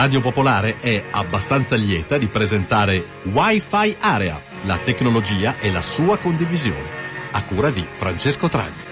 Radio Popolare è abbastanza lieta di presentare Wi-Fi Area, la tecnologia e la sua condivisione, a cura di Francesco Tragni.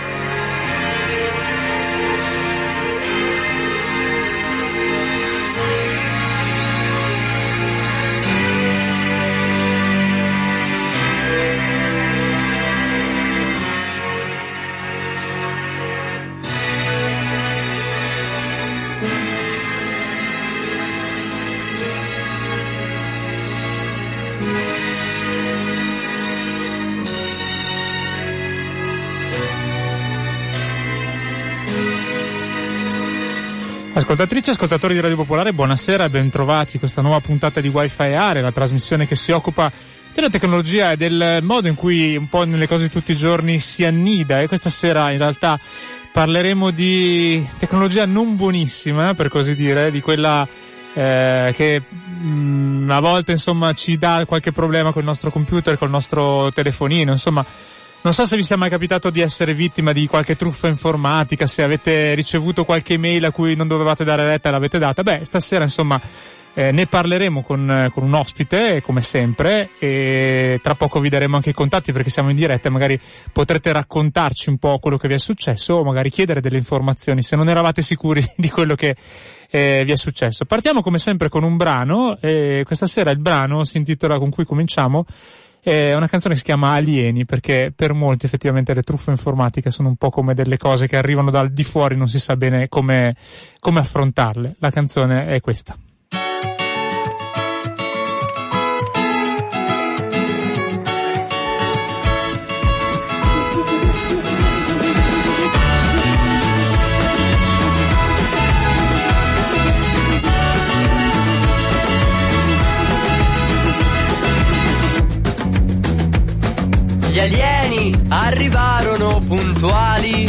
Ascoltatrici e ascoltatori di Radio Popolare, buonasera e bentrovati a questa nuova puntata di Wi-Fi Area, la trasmissione che si occupa della tecnologia e del modo in cui un po' nelle cose di tutti i giorni si annida, e questa sera in realtà parleremo di tecnologia non buonissima, per così dire, di quella che a volte insomma ci dà qualche problema col nostro computer, col nostro telefonino, insomma. Non so se vi sia mai capitato di essere vittima di qualche truffa informatica, se avete ricevuto qualche mail a cui non dovevate dare retta e l'avete data. Stasera insomma ne parleremo con un ospite, come sempre, e tra poco vi daremo anche i contatti perché siamo in diretta e magari potrete raccontarci un po' quello che vi è successo o magari chiedere delle informazioni se non eravate sicuri di quello che vi è successo. Partiamo come sempre con un brano, e questa sera il brano si intitola, con cui cominciamo, è una canzone che si chiama Alieni, perché per molti effettivamente le truffe informatiche sono un po' come delle cose che arrivano dal di fuori, non si sa bene come affrontarle. La canzone è questa. Gli alieni arrivarono puntuali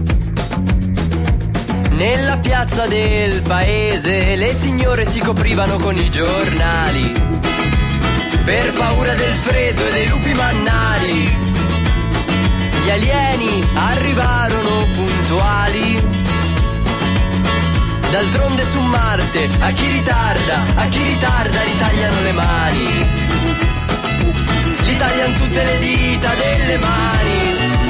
nella piazza del paese, le signore si coprivano con i giornali per paura del freddo e dei lupi mannari. Gli alieni arrivarono puntuali, d'altronde su Marte a chi ritarda gli tagliano le mani. Gli tagliano tutte le dita delle mani.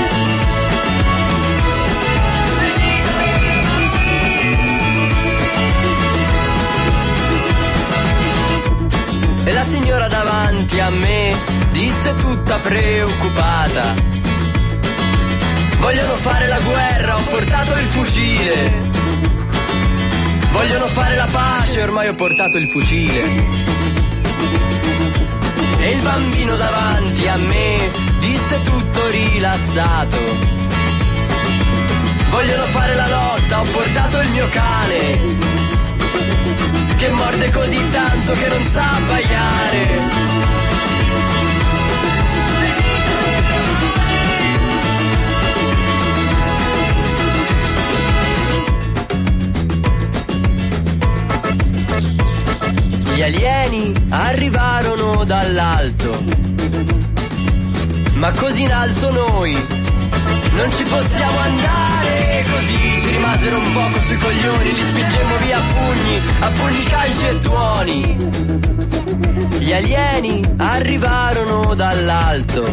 E la signora davanti a me disse tutta preoccupata: vogliono fare la guerra, ho portato il fucile. Vogliono fare la pace, ormai ho portato il fucile. E il bambino davanti a me disse tutto rilassato: vogliono fare la lotta, ho portato il mio cane, che morde così tanto che non sa abbaiare. Gli alieni arrivarono dall'alto, ma così in alto noi non ci possiamo andare. Così ci rimasero un poco sui coglioni, li spingemmo via a pugni, calci e tuoni. Gli alieni arrivarono dall'alto,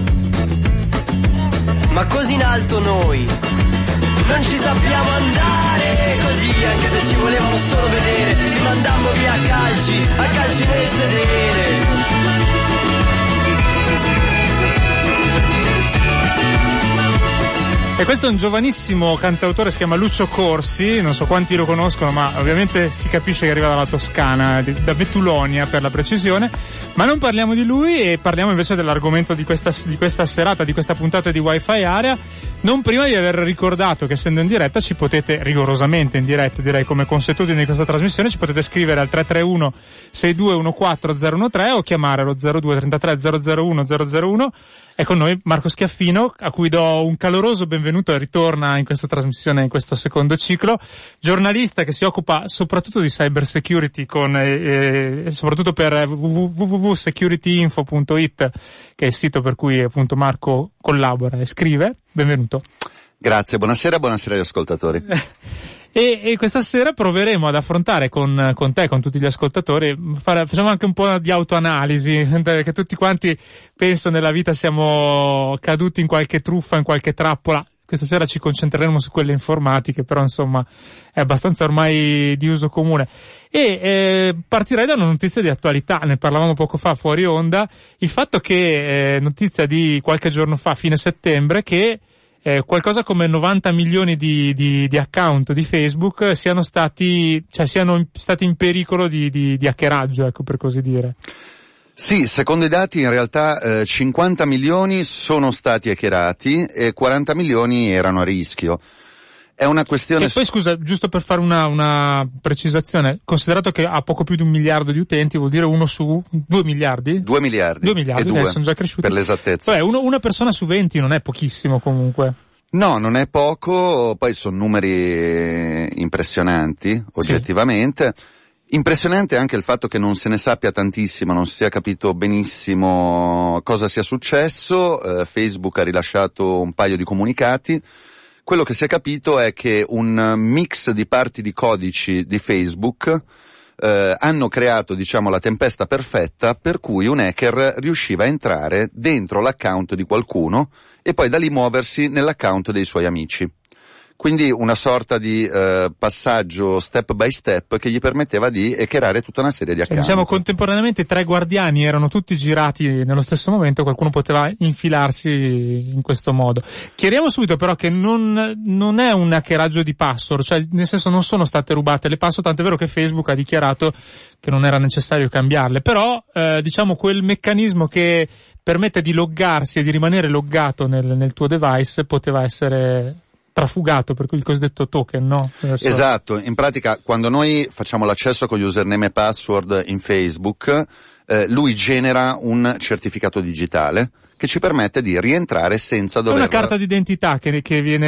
ma così in alto noi non ci sappiamo andare. Così, anche se ci volevano solo vedere, li mandammo via a calci nel sedere. E questo è un giovanissimo cantautore, si chiama Lucio Corsi, non so quanti lo conoscono, ma ovviamente si capisce che arriva dalla Toscana, da Betulonia per la precisione, ma non parliamo di lui e parliamo invece dell'argomento di questa serata, di questa puntata di Wi-Fi Area, non prima di aver ricordato che essendo in diretta ci potete, rigorosamente in diretta direi come consuetudine di questa trasmissione, ci potete scrivere al 331 6214 013 o chiamare allo 0233 001 001. È con noi Marco Schiaffino, a cui do un caloroso benvenuto e ritorna in questa trasmissione, in questo secondo ciclo. Giornalista che si occupa soprattutto di cyber security soprattutto per www.securityinfo.it, che è il sito per cui appunto Marco collabora e scrive. Benvenuto. Grazie, buonasera agli ascoltatori. E questa sera proveremo ad affrontare con te, con tutti gli ascoltatori, facciamo anche un po' di autoanalisi, che tutti quanti penso nella vita siamo caduti in qualche truffa, in qualche trappola. Questa sera ci concentreremo su quelle informatiche, però insomma è abbastanza ormai di uso comune. E partirei da una notizia di attualità, ne parlavamo poco fa fuori onda, il fatto che notizia di qualche giorno fa, fine settembre, che qualcosa come 90 milioni di account di Facebook siano stati in pericolo di hackeraggio, ecco, per così dire. Sì, secondo i dati in realtà 50 milioni sono stati hackerati e 40 milioni erano a rischio. È una questione... E poi scusa, giusto per fare una precisazione, considerato che ha poco più di 1 miliardo di utenti, vuol dire 1 su 2 miliardi? 2 miliardi. 2 miliardi, e 2, sono già cresciuti. Per l'esattezza. Cioè, una persona su 20 non è pochissimo comunque. No, non è poco, poi sono numeri impressionanti, oggettivamente. Sì. Impressionante anche il fatto che non se ne sappia tantissimo, non si sia capito benissimo cosa sia successo. Facebook ha rilasciato un paio di comunicati. Quello che si è capito è che un mix di parti di codici di Facebook hanno creato, diciamo, la tempesta perfetta per cui un hacker riusciva a entrare dentro l'account di qualcuno e poi da lì muoversi nell'account dei suoi amici. Quindi una sorta di passaggio step by step che gli permetteva di hackerare tutta una serie di account. Diciamo contemporaneamente 3 guardiani erano tutti girati nello stesso momento, qualcuno poteva infilarsi in questo modo. Chiariamo subito però che non è un hackeraggio di password, cioè nel senso non sono state rubate le password, tant'è vero che Facebook ha dichiarato che non era necessario cambiarle, però diciamo quel meccanismo che permette di loggarsi e di rimanere loggato nel tuo device poteva essere trafugato, per il cosiddetto token, no? Esatto, in pratica quando noi facciamo l'accesso con username e password in Facebook, lui genera un certificato digitale che ci permette di rientrare senza dover... È una carta d'identità che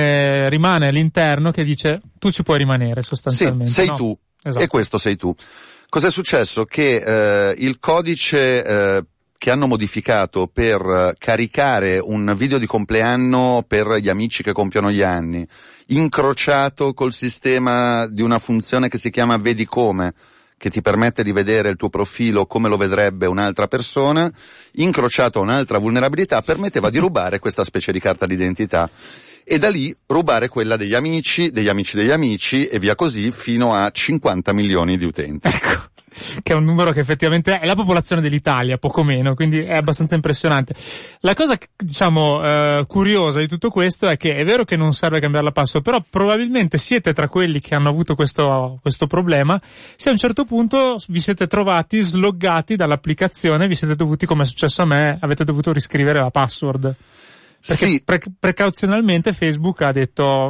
rimane all'interno, che dice tu ci puoi rimanere sostanzialmente. Sì, sei no? tu, esatto. E questo sei tu. Cos'è successo? Che il codice che hanno modificato per caricare un video di compleanno per gli amici che compiono gli anni, incrociato col sistema di una funzione che si chiama Vedi come, che ti permette di vedere il tuo profilo come lo vedrebbe un'altra persona, incrociato a un'altra vulnerabilità, permetteva di rubare questa specie di carta d'identità e da lì rubare quella degli amici, degli amici degli amici e via così fino a 50 milioni di utenti. Ecco. Che è un numero che effettivamente è la popolazione dell'Italia, poco meno, quindi è abbastanza impressionante. La cosa, diciamo, curiosa di tutto questo è che è vero che non serve cambiare la password, però probabilmente siete tra quelli che hanno avuto questo problema, se a un certo punto vi siete trovati sloggati dall'applicazione, vi siete dovuti, come è successo a me, avete dovuto riscrivere la password. Perché sì. Precauzionalmente Facebook ha detto,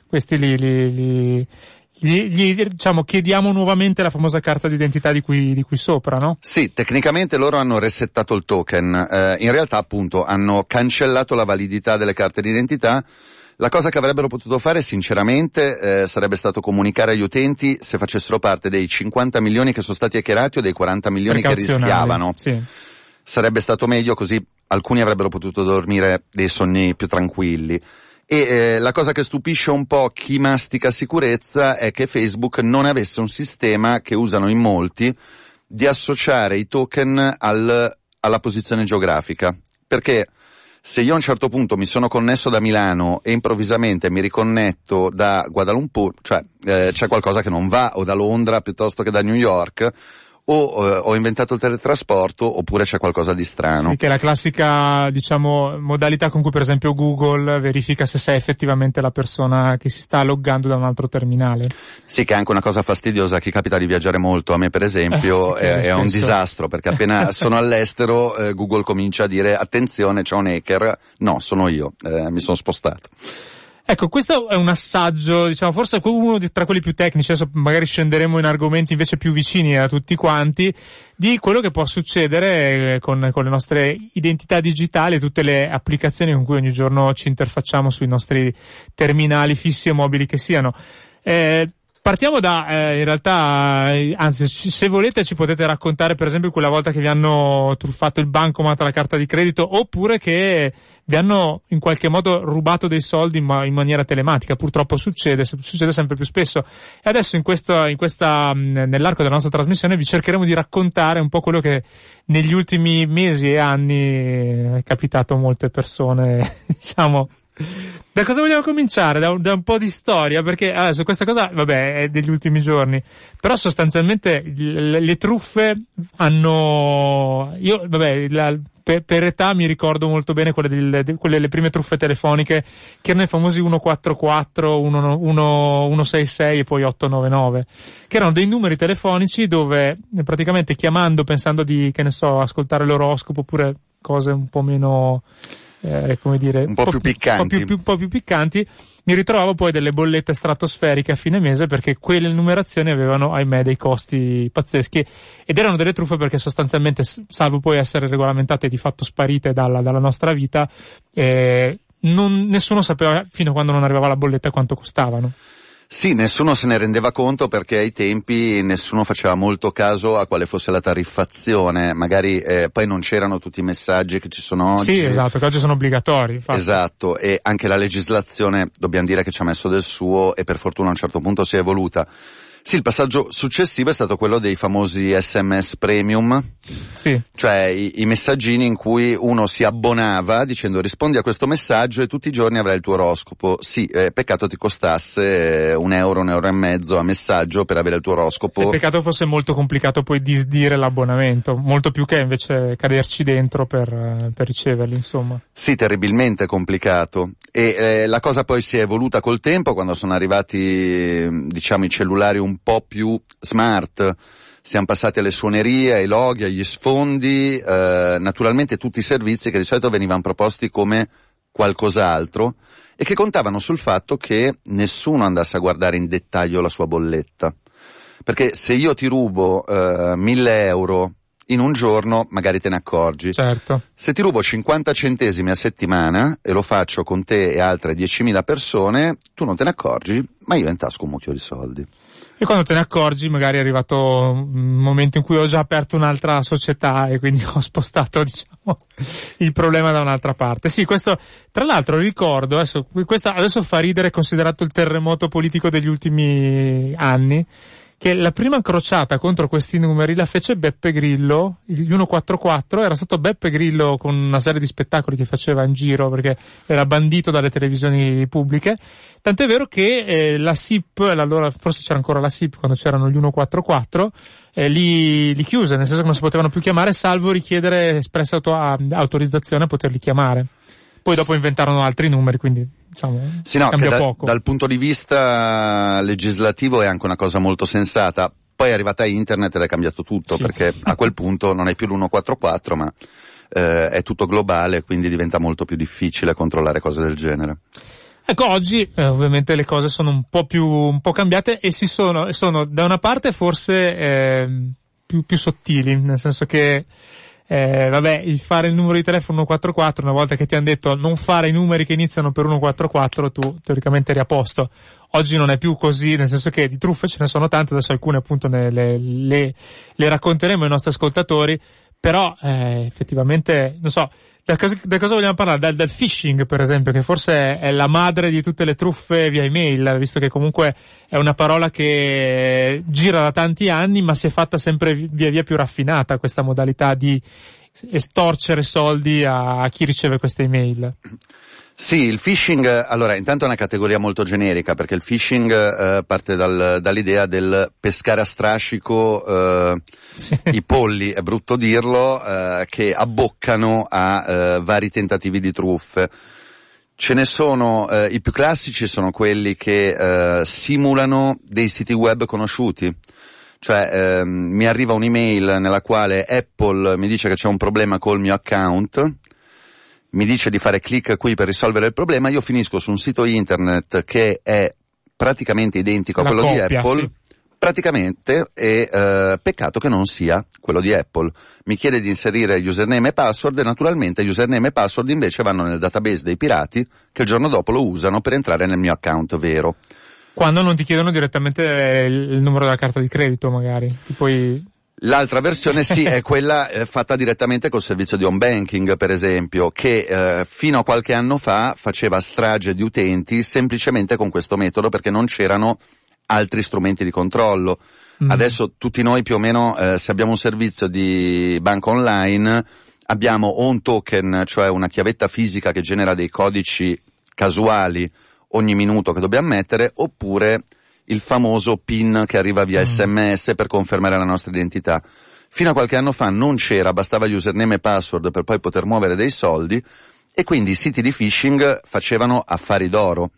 questi diciamo chiediamo nuovamente la famosa carta d'identità di cui sopra, no? Sì, tecnicamente loro hanno resettato il token, in realtà appunto hanno cancellato la validità delle carte d'identità. La cosa che avrebbero potuto fare sinceramente sarebbe stato comunicare agli utenti se facessero parte dei 50 milioni che sono stati hackerati o dei 40 milioni che rischiavano. Sì. Sarebbe stato meglio, così alcuni avrebbero potuto dormire dei sonni più tranquilli. E la cosa che stupisce un po' chi mastica sicurezza è che Facebook non avesse un sistema che usano in molti di associare i token alla posizione geografica. Perché se io a un certo punto mi sono connesso da Milano e improvvisamente mi riconnetto da Guadalumpur, cioè c'è qualcosa che non va, o da Londra piuttosto che da New York, o ho inventato il teletrasporto oppure c'è qualcosa di strano. Sì, che è la classica, diciamo, modalità con cui per esempio Google verifica se sei effettivamente la persona che si sta loggando da un altro terminale. Sì, che è anche una cosa fastidiosa a chi capita di viaggiare molto. A me per esempio è un disastro, perché appena sono all'estero Google comincia a dire attenzione, c'è un hacker. No, sono io, mi sono spostato. Ecco, questo è un assaggio, diciamo, forse uno tra quelli più tecnici, adesso magari scenderemo in argomenti invece più vicini a tutti quanti, di quello che può succedere con le nostre identità digitali, tutte le applicazioni con cui ogni giorno ci interfacciamo sui nostri terminali fissi e mobili che siano. Partiamo da, in realtà, anzi, se volete ci potete raccontare per esempio quella volta che vi hanno truffato il bancomat, la carta di credito, oppure che vi hanno in qualche modo rubato dei soldi in maniera telematica. Purtroppo succede sempre più spesso. E adesso nell'arco della nostra trasmissione vi cercheremo di raccontare un po' quello che negli ultimi mesi e anni è capitato a molte persone, diciamo. Da cosa vogliamo cominciare? Da un po' di storia, perché adesso questa cosa, vabbè, è degli ultimi giorni, però sostanzialmente le truffe hanno, per età mi ricordo molto bene quelle le prime truffe telefoniche, che erano i famosi 144, 166 e poi 899, che erano dei numeri telefonici dove praticamente chiamando pensando di, che ne so, ascoltare l'oroscopo oppure cose un po' meno come dire, un po' più piccanti. Un po' più piccanti, mi ritrovavo poi delle bollette stratosferiche a fine mese perché quelle numerazioni avevano, ahimè, dei costi pazzeschi, ed erano delle truffe perché sostanzialmente, salvo poi essere regolamentate e di fatto sparite dalla nostra vita, nessuno sapeva fino a quando non arrivava la bolletta quanto costavano. Sì, nessuno se ne rendeva conto perché ai tempi nessuno faceva molto caso a quale fosse la tariffazione, magari poi non c'erano tutti i messaggi che ci sono oggi. Sì, esatto, che oggi sono obbligatori. Infatti. Esatto, e anche la legislazione, dobbiamo dire che ci ha messo del suo e per fortuna a un certo punto si è evoluta. Sì, il passaggio successivo è stato quello dei famosi SMS premium, sì. Cioè i messaggini in cui uno si abbonava dicendo rispondi a questo messaggio e tutti i giorni avrai il tuo oroscopo. Sì, peccato ti costasse €1,50 a messaggio per avere il tuo oroscopo. E peccato fosse molto complicato poi disdire l'abbonamento, molto più che invece caderci dentro per riceverli, insomma. Sì, terribilmente complicato. E la cosa poi si è evoluta col tempo quando sono arrivati, diciamo, i cellulari un po' più smart. Siamo passati alle suonerie, ai loghi, agli sfondi, naturalmente tutti i servizi che di solito venivano proposti come qualcos'altro e che contavano sul fatto che nessuno andasse a guardare in dettaglio la sua bolletta. Perché se io ti rubo 1.000 euro in un giorno, magari te ne accorgi. Certo. Se ti rubo 50 centesimi a settimana e lo faccio con te e altre 10.000 persone, tu non te ne accorgi, ma io intasco un mucchio di soldi. E quando te ne accorgi magari è arrivato un momento in cui ho già aperto un'altra società e quindi ho spostato, diciamo, il problema da un'altra parte. Sì, questo, tra l'altro ricordo, adesso fa ridere considerato il terremoto politico degli ultimi anni, che la prima crociata contro questi numeri la fece Beppe Grillo, il 144, era stato Beppe Grillo con una serie di spettacoli che faceva in giro perché era bandito dalle televisioni pubbliche, tant'è vero che la SIP, allora forse c'era ancora la SIP quando c'erano gli 144, li chiuse, nel senso che non si potevano più chiamare salvo richiedere espressa autorizzazione a poterli chiamare. Poi dopo inventarono altri numeri, quindi diciamo sì, no, cambia che poco. Dal punto di vista legislativo è anche una cosa molto sensata. Poi è arrivata internet ed è cambiato tutto, sì. Perché a quel punto non è più l'144 ma è tutto globale, quindi diventa molto più difficile controllare cose del genere. Ecco, oggi ovviamente le cose sono un po' cambiate e sono da una parte forse più sottili, nel senso che il fare il numero di telefono 144, una volta che ti hanno detto non fare i numeri che iniziano per 144, tu teoricamente eri a posto. Oggi non è più così, nel senso che di truffe ce ne sono tante, adesso alcune appunto le racconteremo ai nostri ascoltatori, però effettivamente, non so, da cosa vogliamo parlare? Dal phishing, per esempio, che forse è la madre di tutte le truffe via email, visto che comunque è una parola che gira da tanti anni, ma si è fatta sempre via via più raffinata questa modalità di estorcere soldi a chi riceve queste email. Sì, il phishing, allora, intanto è una categoria molto generica, perché il phishing parte dall'idea del pescare a strascico sì. I polli, è brutto dirlo, che abboccano a vari tentativi di truffe. Ce ne sono, i più classici sono quelli che simulano dei siti web conosciuti. Cioè, mi arriva un'email nella quale Apple mi dice che c'è un problema col mio account, mi dice di fare clic qui per risolvere il problema, io finisco su un sito internet che è praticamente identico a quello copia, di Apple, sì. Praticamente, e peccato che non sia quello di Apple. Mi chiede di inserire username e password e naturalmente username e password invece vanno nel database dei pirati che il giorno dopo lo usano per entrare nel mio account vero. Quando non ti chiedono direttamente il numero della carta di credito, magari. L'altra versione sì, è quella fatta direttamente col servizio di home banking, per esempio, che fino a qualche anno fa faceva strage di utenti semplicemente con questo metodo, perché non c'erano altri strumenti di controllo. Adesso tutti noi più o meno, se abbiamo un servizio di banca online, abbiamo o un token, cioè una chiavetta fisica che genera dei codici casuali ogni minuto che dobbiamo mettere, oppure il famoso PIN che arriva via SMS per confermare la nostra identità. Fino a qualche anno fa non c'era, bastava username e password per poi poter muovere dei soldi, e quindi i siti di phishing facevano affari d'oro.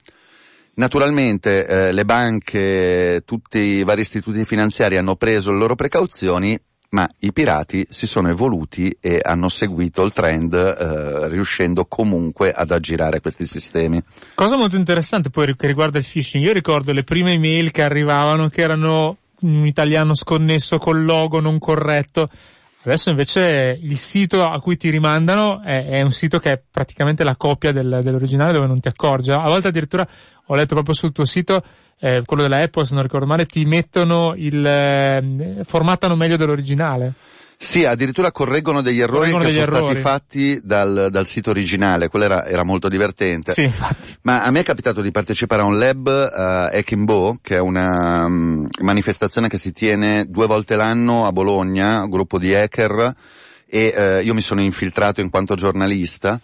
Naturalmente le banche, tutti i vari istituti finanziari hanno preso le loro precauzioni, ma i pirati si sono evoluti e hanno seguito il trend, riuscendo comunque ad aggirare questi sistemi. Cosa molto interessante poi che riguarda il phishing. Io ricordo le prime email che arrivavano che erano un italiano sconnesso col logo non corretto. Adesso invece il sito a cui ti rimandano è un sito che è praticamente la copia dell'originale, dove non ti accorgi. A volte addirittura ho letto proprio sul tuo sito, quello della Apple se non ricordo male, ti mettono formattano meglio dell'originale. Sì, addirittura correggono degli errori che sono stati fatti dal sito originale. Quello era molto divertente. Sì, infatti. Ma a me è capitato di partecipare a un lab Hacking che è una manifestazione che si tiene 2 volte l'anno a Bologna, un gruppo di hacker, e io mi sono infiltrato in quanto giornalista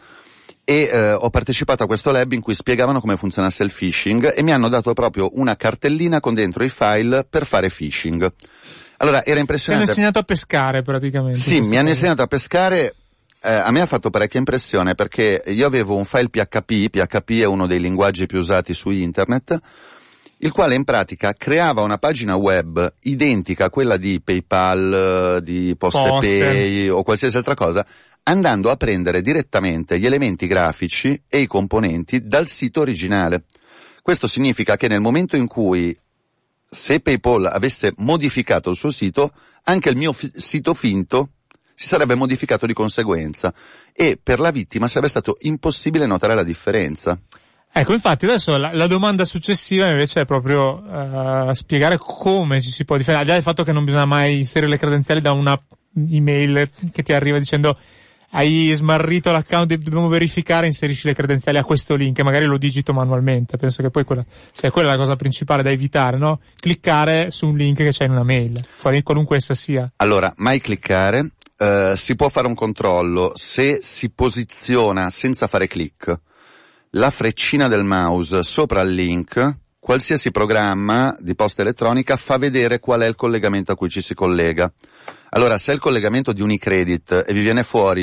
e ho partecipato a questo lab in cui spiegavano come funzionasse il phishing, e mi hanno dato proprio una cartellina con dentro i file per fare phishing. Allora, era impressionante. Mi hanno insegnato a pescare praticamente. Sì, mi hanno insegnato a pescare. A me ha fatto parecchia impressione, perché io avevo un file PHP è uno dei linguaggi più usati su internet, il quale in pratica creava una pagina web identica a quella di PayPal, di PostePay o qualsiasi altra cosa, andando a prendere direttamente gli elementi grafici e i componenti dal sito originale. Questo significa che nel momento in cui, se PayPal avesse modificato il suo sito, anche il mio sito finto si sarebbe modificato di conseguenza, e per la vittima sarebbe stato impossibile notare la differenza. Ecco, infatti adesso la domanda successiva invece è proprio spiegare come ci si può difendere. Già il fatto che non bisogna mai inserire le credenziali da una email che ti arriva dicendo hai smarrito l'account, dobbiamo verificare, inserisci le credenziali a questo link, e magari lo digito manualmente. Penso che poi quella è la cosa principale da evitare, no? Cliccare su un link che c'è in una mail, qualunque essa sia. Allora, mai cliccare. Si può fare un controllo se si posiziona senza fare click la freccina del mouse sopra il link. Qualsiasi programma di posta elettronica fa vedere qual è il collegamento a cui ci si collega. Allora, se è il collegamento di Unicredit e vi viene fuori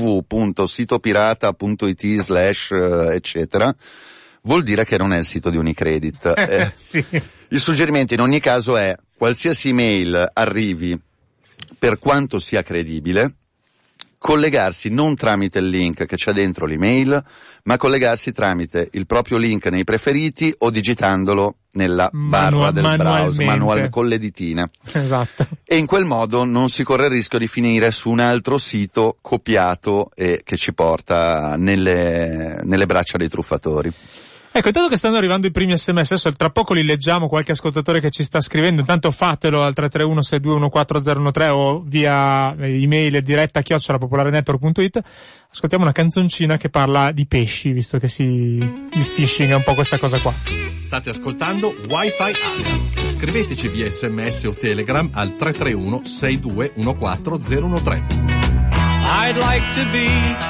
www.sitopirata.it/ eccetera, vuol dire che non è il sito di Unicredit. Sì. Il suggerimento in ogni caso è: qualsiasi email arrivi, per quanto sia credibile, collegarsi non tramite il link che c'è dentro l'email, ma collegarsi tramite il proprio link nei preferiti o digitandolo nella barra del browser, con le ditine. Esatto. E in quel modo non si corre il rischio di finire su un altro sito copiato e che ci porta nelle braccia dei truffatori. Ecco, intanto che stanno arrivando i primi SMS, adesso tra poco li leggiamo, qualche ascoltatore che ci sta scrivendo, intanto fatelo al 331-6214013 o via email diretta @popolarenetwork.it. Ascoltiamo una canzoncina che parla di pesci, visto che il phishing è un po' questa cosa qua. State ascoltando Wi-Fi Area. Scriveteci via SMS o Telegram al 331-6214013. I'd like to be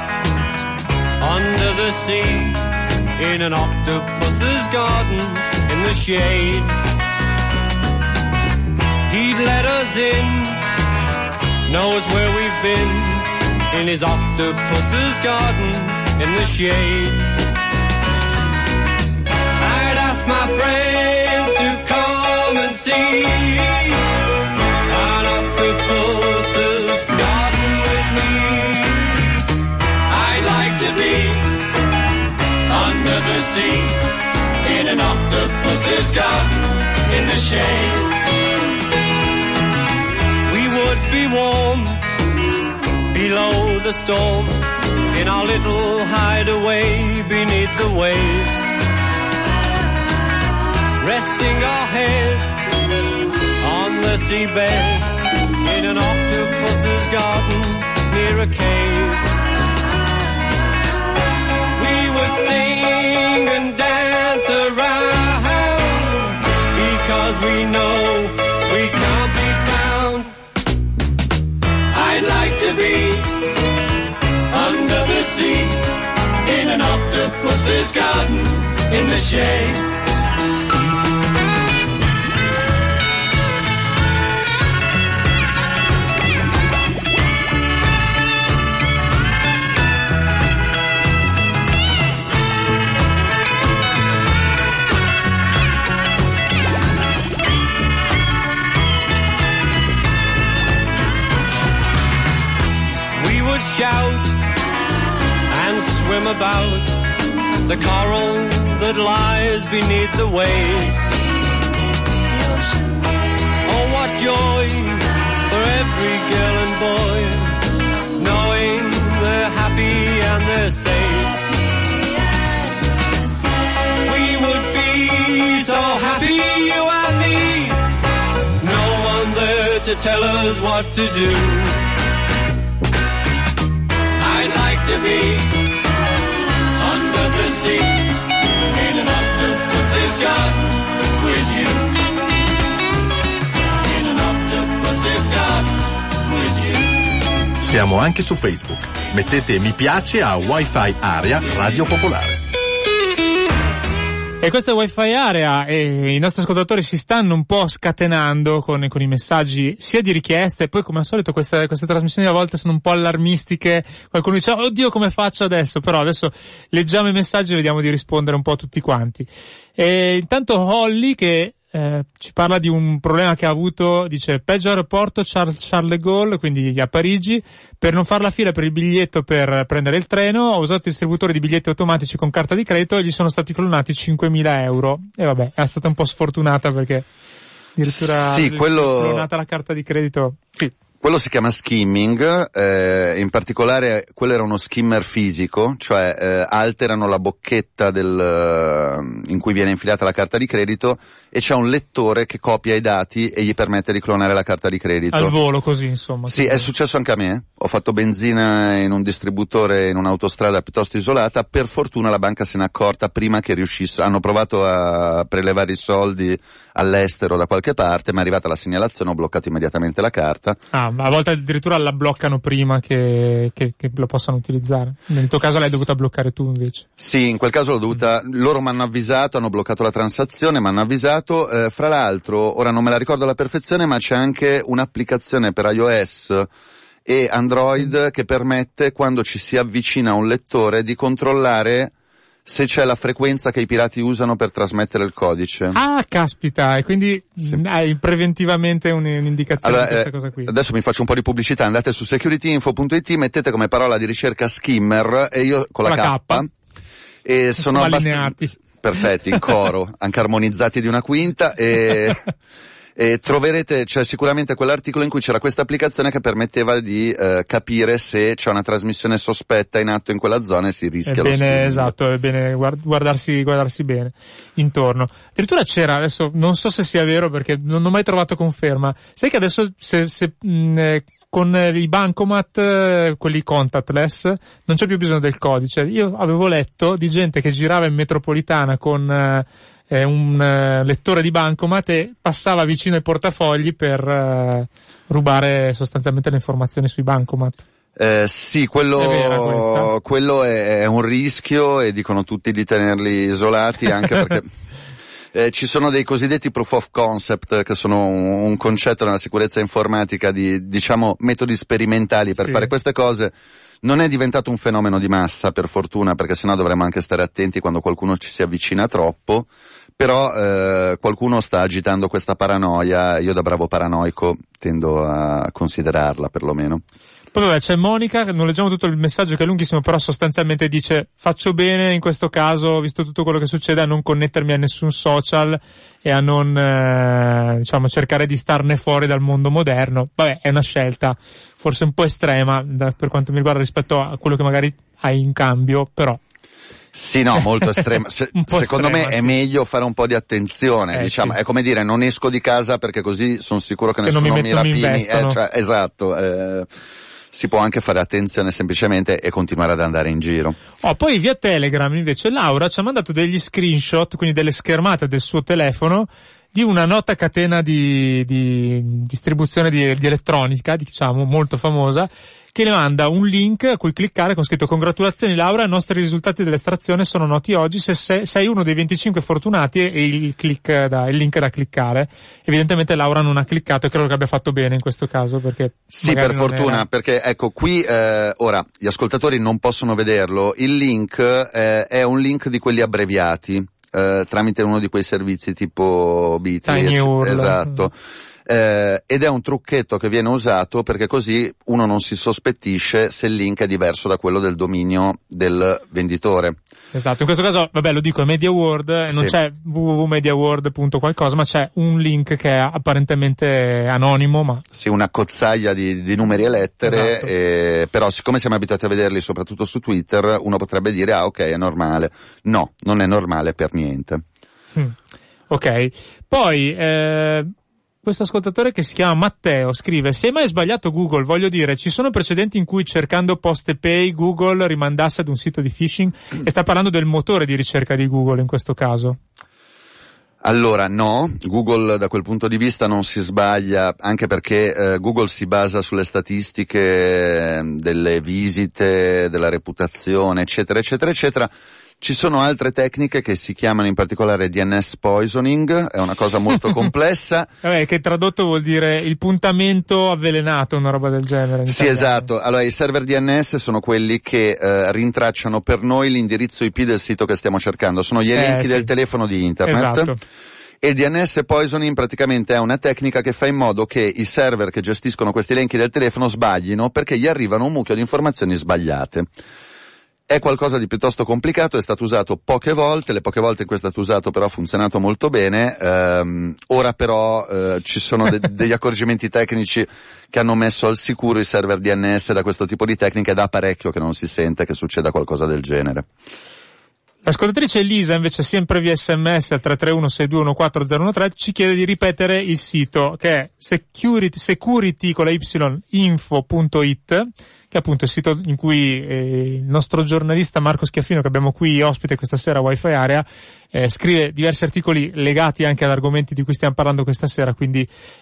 under the sea, in an octopus's garden, in the shade. He'd let us in, knows where we've been, in his octopus's garden, in the shade. I'd ask my friends to come and see an octopus's garden with me. I'd like to be under the sea, in an octopus's garden, in the shade. We would be warm below the storm, in our little hideaway beneath the waves, resting cozy bed in an octopus's garden near a cave. We would sing and dance around because we know we can't be found. I'd like to be under the sea in an octopus's garden in the shade. Shout and swim about the coral that lies beneath the waves. Oh, what joy for every girl and boy, knowing they're happy and they're safe. We would be so happy, you and me, no one there to tell us what to do. I'd like to be under the sea in an octopus's garden with you. In an octopus's garden with you. Siamo anche su Facebook. Mettete mi piace a Wi-Fi Area Radio Popolare. E questa è Wi-Fi Area e i nostri ascoltatori si stanno un po' scatenando con i messaggi sia di richieste, e poi come al solito queste trasmissioni a volte sono un po' allarmistiche, qualcuno dice oddio come faccio adesso, però adesso leggiamo i messaggi e vediamo di rispondere un po' a tutti quanti. E intanto Holly che ci parla di un problema che ha avuto, dice peggio aeroporto Charles de Gaulle, quindi a Parigi, per non far la fila per il biglietto per prendere il treno ha usato distributori di biglietti automatici con carta di credito e gli sono stati clonati 5.000 euro e vabbè, è stata un po' sfortunata perché addirittura clonata la carta di credito. Sì. Quello si chiama skimming, in particolare quello era uno skimmer fisico, cioè alterano la bocchetta in cui viene infilata la carta di credito e c'è un lettore che copia i dati e gli permette di clonare la carta di credito. Al volo così, insomma. Sì, è successo anche a me. Ho fatto benzina in un distributore in un'autostrada piuttosto isolata, per fortuna la banca se n'è accorta prima che riuscisse. Hanno provato a prelevare i soldi all'estero da qualche parte, ma è arrivata la segnalazione, ho bloccato immediatamente la carta. Ah, ma a volte addirittura la bloccano prima che lo possano utilizzare. Nel tuo caso l'hai dovuta bloccare tu invece. Sì, in quel caso l'ho dovuta, loro mi hanno avvisato, hanno bloccato la transazione, mi hanno avvisato, fra l'altro, ora non me la ricordo alla perfezione, ma c'è anche un'applicazione per iOS e Android che permette, quando ci si avvicina a un lettore, di controllare se c'è la frequenza che i pirati usano per trasmettere il codice. Ah, caspita, e quindi sì, hai preventivamente un'indicazione allora, di questa cosa qui. Adesso mi faccio un po' di pubblicità, andate su securityinfo.it, mettete come parola di ricerca skimmer e io con la K. E sono allineati. Perfetti, in coro, anche armonizzati di una quinta e troverete, c'è sicuramente quell'articolo in cui c'era questa applicazione che permetteva di capire se c'è una trasmissione sospetta in atto in quella zona e si rischia lo skimming. Esatto, è bene guardarsi bene intorno. Addirittura c'era, adesso non so se sia vero perché non ho mai trovato conferma, sai che adesso con i bancomat, quelli contactless, non c'è più bisogno del codice. Io avevo letto di gente che girava in metropolitana con un lettore di bancomat e passava vicino ai portafogli per rubare sostanzialmente le informazioni sui bancomat. Sì, quello è un rischio e dicono tutti di tenerli isolati anche perché ci sono dei cosiddetti proof of concept che sono un concetto nella sicurezza informatica di, diciamo, metodi sperimentali per fare queste cose. Non è diventato un fenomeno di massa, per fortuna, perché sennò dovremmo anche stare attenti quando qualcuno ci si avvicina troppo, però qualcuno sta agitando questa paranoia, io da bravo paranoico tendo a considerarla perlomeno. Poi vabbè, c'è Monica, non leggiamo tutto il messaggio che è lunghissimo, però sostanzialmente dice faccio bene in questo caso, visto tutto quello che succede, a non connettermi a nessun social e a non cercare di starne fuori dal mondo moderno. Vabbè, è una scelta forse un po' estrema per quanto mi riguarda rispetto a quello che magari hai in cambio, però Sì, no, molto estrema. Secondo me è meglio fare un po' di attenzione, diciamo, sì. È come dire, non esco di casa perché così sono sicuro che nessuno mi rapini. Esatto. Si può anche fare attenzione semplicemente e continuare ad andare in giro. Poi via Telegram invece Laura ci ha mandato degli screenshot, quindi delle schermate del suo telefono, di una nota catena di distribuzione di elettronica, diciamo, molto famosa, che le manda un link a cui cliccare con scritto: congratulazioni Laura, i nostri risultati dell'estrazione sono noti oggi, se sei uno dei 25 fortunati, e il link da cliccare. Evidentemente Laura non ha cliccato e credo che abbia fatto bene in questo caso, perché sì, per fortuna, perché ecco qui ora gli ascoltatori non possono vederlo, il link è un link di quelli abbreviati tramite uno di quei servizi tipo Bitly, esatto. Ed è un trucchetto che viene usato perché così uno non si sospettisce se il link è diverso da quello del dominio del venditore. Esatto, in questo caso, vabbè, lo dico, è MediaWorld, non c'è www.mediaworld.qualcosa, ma c'è un link che è apparentemente anonimo, ma... Sì, una cozzaglia di numeri e lettere, esatto. Però siccome siamo abituati a vederli soprattutto su Twitter, uno potrebbe dire, ok, è normale. No, non è normale per niente. Ok, poi... questo ascoltatore che si chiama Matteo scrive: se hai mai sbagliato Google, voglio dire, ci sono precedenti in cui cercando PostePay Google rimandasse ad un sito di phishing? E sta parlando del motore di ricerca di Google in questo caso. Allora no, Google da quel punto di vista non si sbaglia, anche perché Google si basa sulle statistiche delle visite, della reputazione, eccetera, eccetera, eccetera. Ci sono altre tecniche che si chiamano in particolare DNS poisoning, è una cosa molto complessa. Vabbè, che tradotto vuol dire il puntamento avvelenato, una roba del genere. Sì, esatto. Allora, i server DNS sono quelli che rintracciano per noi l'indirizzo IP del sito che stiamo cercando, sono gli elenchi del telefono di internet. Esatto. E il DNS poisoning praticamente è una tecnica che fa in modo che i server che gestiscono questi elenchi del telefono sbaglino perché gli arrivano un mucchio di informazioni sbagliate. È qualcosa di piuttosto complicato, è stato usato poche volte, le poche volte in cui è stato usato però ha funzionato molto bene, ora però ci sono degli accorgimenti tecnici che hanno messo al sicuro i server DNS da questo tipo di tecniche, da parecchio che non si sente che succeda qualcosa del genere. L'ascoltatrice Elisa invece, sempre via SMS al 331-6214013, ci chiede di ripetere il sito, che è security con la info.it, che è appunto il sito in cui il nostro giornalista Marco Schiaffino, che abbiamo qui ospite questa sera a Wi-Fi Area, scrive diversi articoli legati anche ad argomenti di cui stiamo parlando questa sera, quindi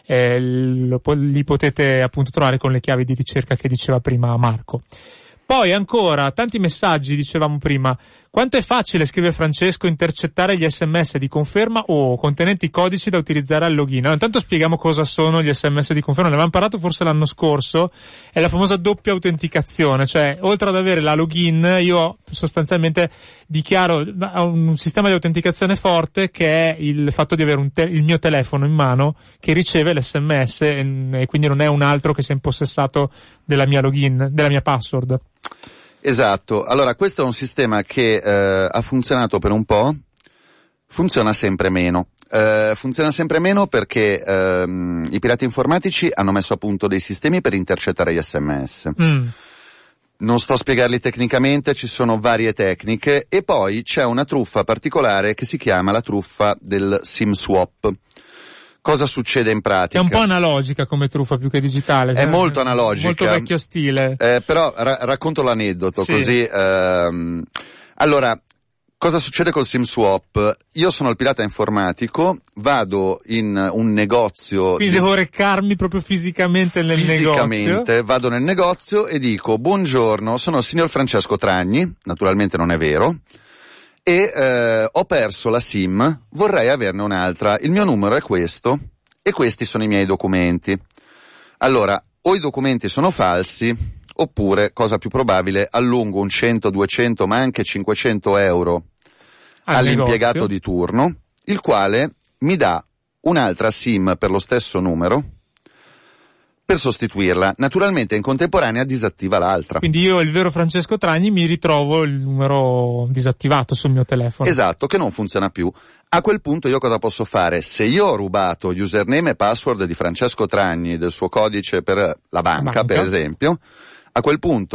li potete appunto trovare con le chiavi di ricerca che diceva prima Marco. Poi ancora tanti messaggi, dicevamo prima. Quanto è facile, scrive Francesco, intercettare gli SMS di conferma o contenenti codici da utilizzare al login? Allora, intanto spieghiamo cosa sono gli SMS di conferma. Ne avevamo parlato forse l'anno scorso. È la famosa doppia autenticazione, cioè oltre ad avere la login io sostanzialmente dichiaro un sistema di autenticazione forte, che è il fatto di avere il mio telefono in mano che riceve l'SMS e quindi non è un altro che si è impossessato della mia login, della mia password. Esatto, allora questo è un sistema che ha funzionato per un po', funziona sempre meno. Funziona sempre meno perché i pirati informatici hanno messo a punto dei sistemi per intercettare gli SMS. Non sto a spiegarli tecnicamente, ci sono varie tecniche, e poi c'è una truffa particolare che si chiama la truffa del SIM swap. Cosa succede in pratica? È un po' analogica come truffa più che digitale. È molto analogica. Molto vecchio stile. Però racconto l'aneddoto, sì. Così. Allora, cosa succede col SIM swap? Io sono il pirata informatico, vado in un negozio. Quindi devo recarmi proprio fisicamente nel negozio. Vado nel negozio e dico: buongiorno, sono il signor Francesco Tragni, naturalmente non è vero. E ho perso la SIM, vorrei averne un'altra, il mio numero è questo e questi sono i miei documenti. Allora, o i documenti sono falsi, oppure, cosa più probabile, allungo un 100, 200 ma anche 500 euro all'impiegato negozio di turno, il quale mi dà un'altra SIM per lo stesso numero per sostituirla. Naturalmente in contemporanea disattiva l'altra. Quindi io, il vero Francesco Tragni, mi ritrovo il numero disattivato sul mio telefono. Esatto, che non funziona più. A quel punto io cosa posso fare? Se io ho rubato username e password di Francesco Tragni, del suo codice per la banca, per esempio, a quel punto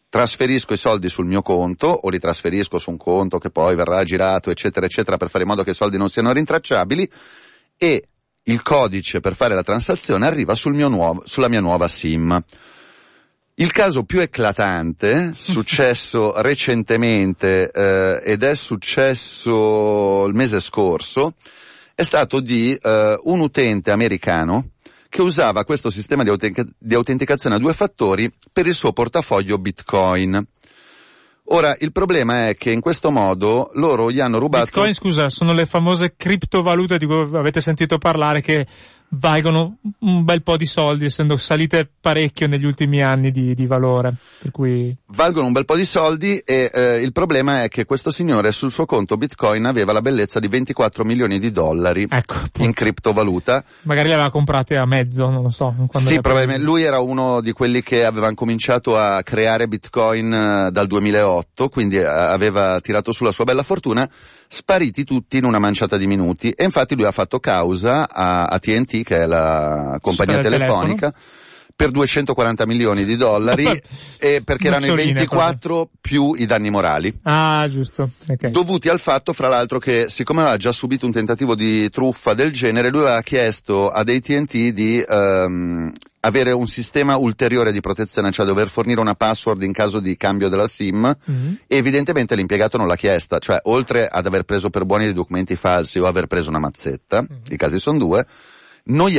trasferisco i soldi sul mio conto o li trasferisco su un conto che poi verrà girato, eccetera, eccetera, per fare in modo che i soldi non siano rintracciabili, e il codice per fare la transazione arriva sulla mia nuova SIM. Il caso più eclatante, successo recentemente ed è successo il mese scorso, è stato di un utente americano che usava questo sistema di autenticazione a 2 fattori per il suo portafoglio Bitcoin. Ora, il problema è che in questo modo loro gli hanno rubato... Bitcoin, scusa, sono le famose criptovalute di cui avete sentito parlare, che valgono un bel po' di soldi, essendo salite parecchio negli ultimi anni di valore, per cui... Valgono un bel po' di soldi e il problema è che questo signore sul suo conto Bitcoin aveva la bellezza di $24 milioni, ecco, in criptovaluta. Magari le aveva comprate a mezzo, non lo so. Sì, probabilmente lui era uno di quelli che avevano cominciato a creare Bitcoin dal 2008, quindi aveva tirato sulla sua bella fortuna, spariti tutti in una manciata di minuti, e infatti lui ha fatto causa a AT&T, che è la compagnia telefonica, per $240 milioni, e perché erano i 24 più i danni morali. Ah, giusto. Okay. Dovuti al fatto, fra l'altro, che siccome aveva già subito un tentativo di truffa del genere, lui aveva chiesto ad AT&T di avere un sistema ulteriore di protezione, cioè dover fornire una password in caso di cambio della SIM, e evidentemente l'impiegato non l'ha chiesta, cioè oltre ad aver preso per buoni dei documenti falsi o aver preso una mazzetta, i casi sono 2, non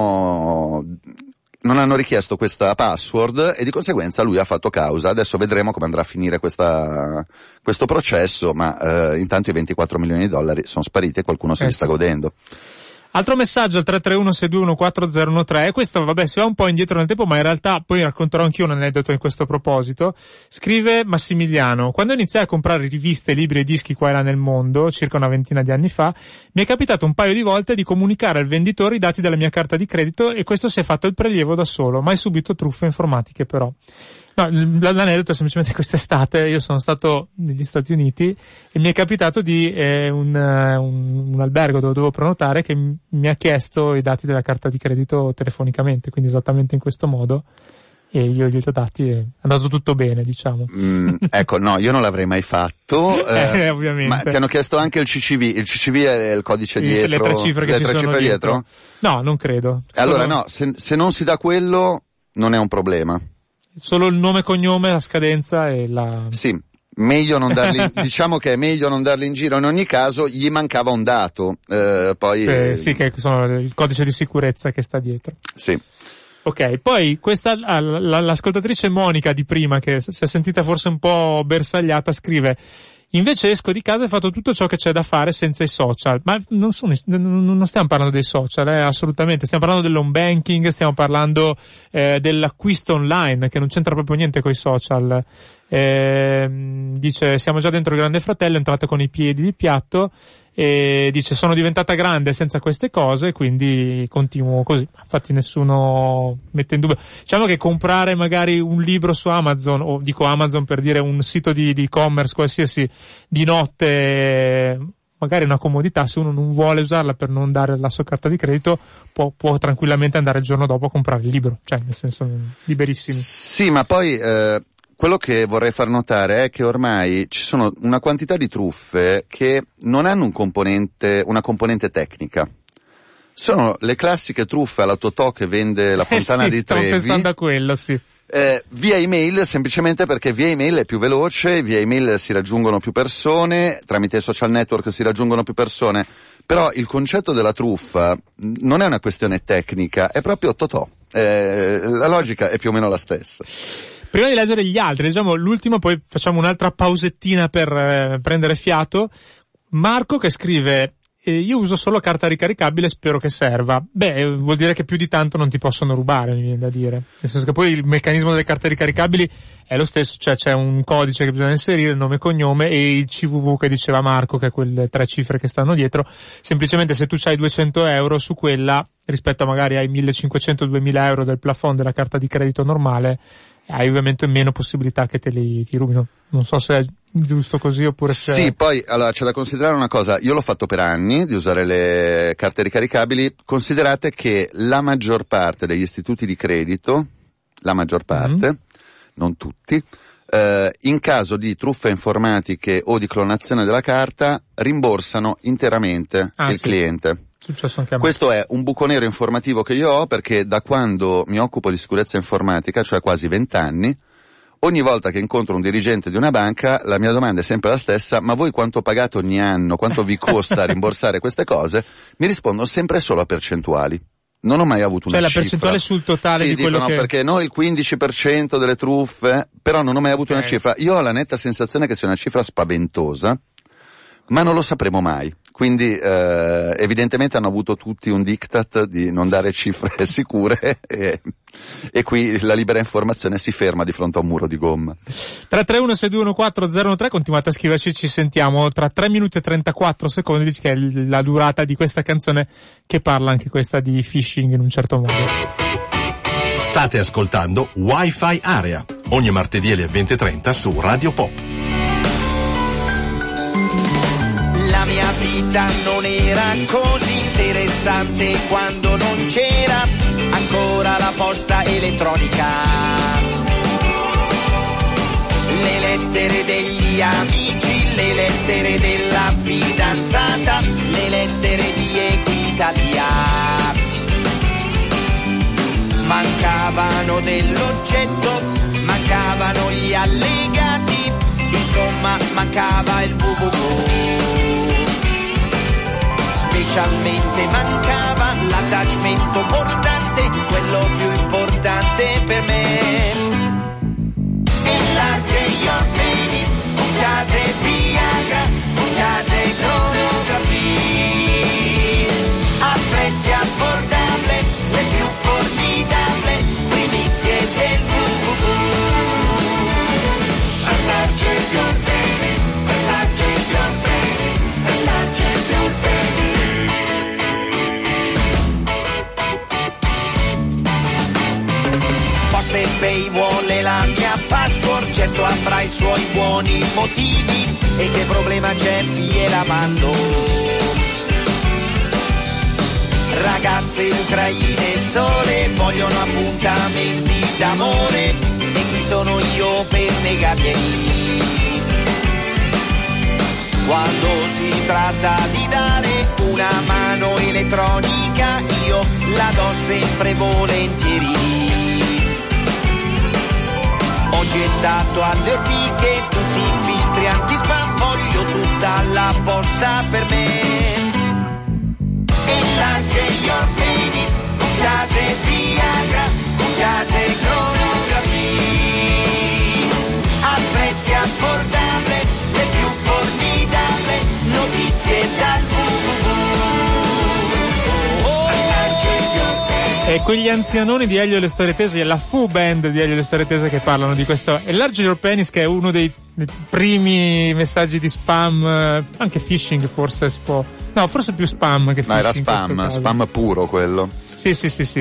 hanno richiesto questa password e di conseguenza lui ha fatto causa. Adesso vedremo come andrà a finire questo processo, ma intanto i $24 milioni sono spariti e qualcuno se li sta godendo. Altro messaggio al 331-621-4013, questo vabbè si va un po' indietro nel tempo, ma in realtà poi racconterò anch'io un aneddoto in questo proposito. Scrive Massimiliano: quando iniziai a comprare riviste, libri e dischi qua e là nel mondo, circa una ventina di anni fa, mi è capitato un paio di volte di comunicare al venditore i dati della mia carta di credito, e questo si è fatto il prelievo da solo, mai subito truffe informatiche però. No, l'aneddoto è semplicemente quest'estate, io sono stato negli Stati Uniti e mi è capitato di un albergo dove dovevo prenotare che mi ha chiesto i dati della carta di credito telefonicamente, quindi esattamente in questo modo, e io gli ho dati e è andato tutto bene, diciamo. Ecco, no, io non l'avrei mai fatto. Ovviamente. Ma ti hanno chiesto anche il CCV? Il CCV è il codice dietro? Le 3 cifre che ci sono dietro? No, non credo. Allora no, se non si dà quello non è un problema. Solo il nome e cognome, la scadenza e la... Sì, meglio non darli, diciamo che è meglio non darli in giro. In ogni caso gli mancava un dato, poi... sì, che sono il codice di sicurezza che sta dietro. Sì. Ok, poi questa, l'ascoltatrice Monica di prima, che si è sentita forse un po' bersagliata, scrive: invece esco di casa e ho fatto tutto ciò che c'è da fare senza i social. Ma non stiamo parlando dei social, assolutamente. Stiamo parlando dell'home banking, stiamo parlando dell'acquisto online, che non c'entra proprio niente con i social. Dice: siamo già dentro il Grande Fratello, entrate con i piedi di piatto. E dice: sono diventata grande senza queste cose, quindi continuo così. Infatti nessuno mette in dubbio. Diciamo che comprare magari un libro su Amazon, o dico Amazon per dire un sito di e-commerce qualsiasi, di notte, magari è una comodità. Se uno non vuole usarla per non dare la sua carta di credito, può tranquillamente andare il giorno dopo a comprare il libro, cioè nel senso liberissimi. Sì, ma poi quello che vorrei far notare è che ormai ci sono una quantità di truffe che non hanno una componente tecnica. Sono le classiche truffe alla Totò che vende la fontana di Trevi. Stavo pensando a quello, sì. Via email, semplicemente perché via email è più veloce, via email si raggiungono più persone, tramite social network si raggiungono più persone, però il concetto della truffa non è una questione tecnica, è proprio Totò. La logica è più o meno la stessa. Prima di leggere gli altri, leggiamo l'ultimo, poi facciamo un'altra pausettina per prendere fiato. Marco che scrive: io uso solo carta ricaricabile, spero che serva. Beh, vuol dire che più di tanto non ti possono rubare, mi viene da dire. Nel senso che poi il meccanismo delle carte ricaricabili è lo stesso, cioè c'è un codice che bisogna inserire, il nome e cognome, e il CVV che diceva Marco, che è quelle 3 cifre che stanno dietro. Semplicemente se tu c'hai 200 euro su quella, rispetto a magari ai 1.500-2.000 euro del plafond della carta di credito normale, hai ovviamente meno possibilità che ti rubino. Non so se è giusto così oppure se... Sì, poi allora c'è da considerare una cosa: io l'ho fatto per anni di usare le carte ricaricabili. Considerate che la maggior parte degli istituti di credito, la maggior parte, non tutti, in caso di truffe informatiche o di clonazione della carta rimborsano interamente il cliente. Successo anche a me. Questo è un buco nero informativo che io ho, perché da quando mi occupo di sicurezza informatica, cioè quasi 20 anni, ogni volta che incontro un dirigente di una banca, la mia domanda è sempre la stessa: ma voi quanto pagate ogni anno? Quanto vi costa rimborsare queste cose? Mi rispondono sempre solo a percentuali. Non ho mai avuto una cifra. Cioè la percentuale sul totale di quello che... perché noi il 15% delle truffe, però non ho mai avuto una cifra. Io ho la netta sensazione che sia una cifra spaventosa, ma non lo sapremo mai. Quindi evidentemente hanno avuto tutti un diktat di non dare cifre sicure e qui la libera informazione si ferma di fronte a un muro di gomma. 331-621-4013, continuate a scriverci, ci sentiamo tra 3 minuti e 34 secondi, che è la durata di questa canzone, che parla anche questa di phishing in un certo modo. State ascoltando Wi-Fi Area, ogni martedì alle 20:30 su Radio Pop. La mia vita non era così interessante quando non c'era ancora la posta elettronica. Le lettere degli amici, le lettere della fidanzata, le lettere di Equitalia. Mancavano dell'oggetto, mancavano gli allegati, insomma mancava il www. Specialmente mancava l'attachmento portante, quello più importante per me. Enlarge your penis, usate Viagra, usate Chronography. A prezzi abbordabili, le più formidabili primizie del www. Enlarge your penis, enlarge your penis, enlarge your penis. PayPay vuole la mia password, certo avrà i suoi buoni motivi, e che problema c'è, gliela mando. Ragazze ucraine sole vogliono appuntamenti d'amore, e chi sono io per negarglieli? Quando si tratta di dare una mano elettronica, io la do sempre volentieri. Ho gettato alle ortiche tutti i filtri anti-spam, voglio tutta la posta per me. Enlarge your penis, usate Viagra, usate Chronography. A prezzi abbordabili, le più formidabili notizie dal www. E quegli anzianoni di Elio e le Storie Tese, la Fu Band di Elio e le Storie Tese, che parlano di questo Enlarge Your Penis, che è uno dei primi messaggi di spam, anche phishing forse si può, no, forse più spam che phishing. No, era spam puro quello. Sì.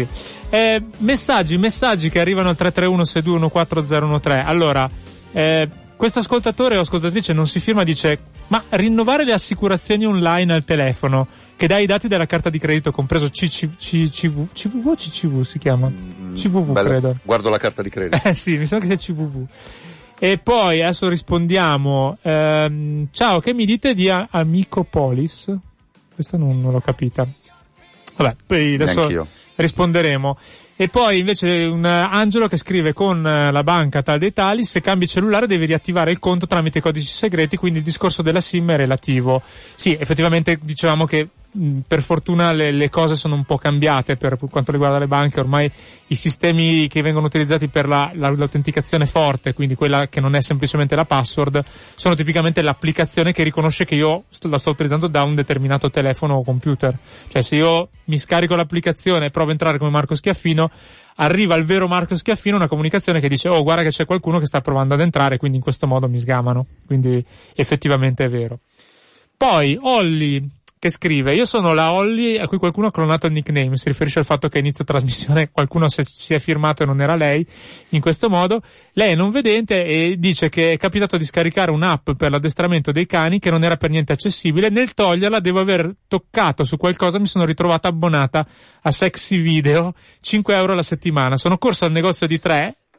Messaggi che arrivano al 331-621-4013. Allora, questo ascoltatore o ascoltatrice non si firma, dice: ma rinnovare le assicurazioni online al telefono, che dà i dati della carta di credito, compreso CVV si chiama? CVV, bello, credo. Guardo la carta di credito. Sì, mi sembra che sia CVV. E poi adesso rispondiamo. Ciao, che mi dite di Amicopolis? Questa non l'ho capita. Vabbè, poi adesso neanch'io risponderemo. E poi invece un Angelo che scrive: con la banca tal dei tali, se cambi cellulare devi riattivare il conto tramite codici segreti, quindi il discorso della SIM è relativo. Sì, effettivamente dicevamo che per fortuna le cose sono un po' cambiate per quanto riguarda le banche. Ormai i sistemi che vengono utilizzati per l'autenticazione forte, quindi quella che non è semplicemente la password, sono tipicamente l'applicazione che riconosce che io la sto utilizzando da un determinato telefono o computer. Cioè, se io mi scarico l'applicazione e provo a entrare come Marco Schiaffino, arriva il vero Marco Schiaffino una comunicazione che dice: oh, guarda che c'è qualcuno che sta provando ad entrare, quindi in questo modo mi sgamano. Quindi effettivamente è vero. Poi Olli che scrive: io sono la Olli a cui qualcuno ha clonato il nickname. Si riferisce al fatto che a inizio trasmissione qualcuno si è firmato e non era lei. In questo modo lei è non vedente e dice che è capitato di scaricare un'app per l'addestramento dei cani che non era per niente accessibile. Nel toglierla devo aver toccato su qualcosa, mi sono ritrovata abbonata a Sexy Video, 5 euro alla settimana. Sono corso al negozio di 3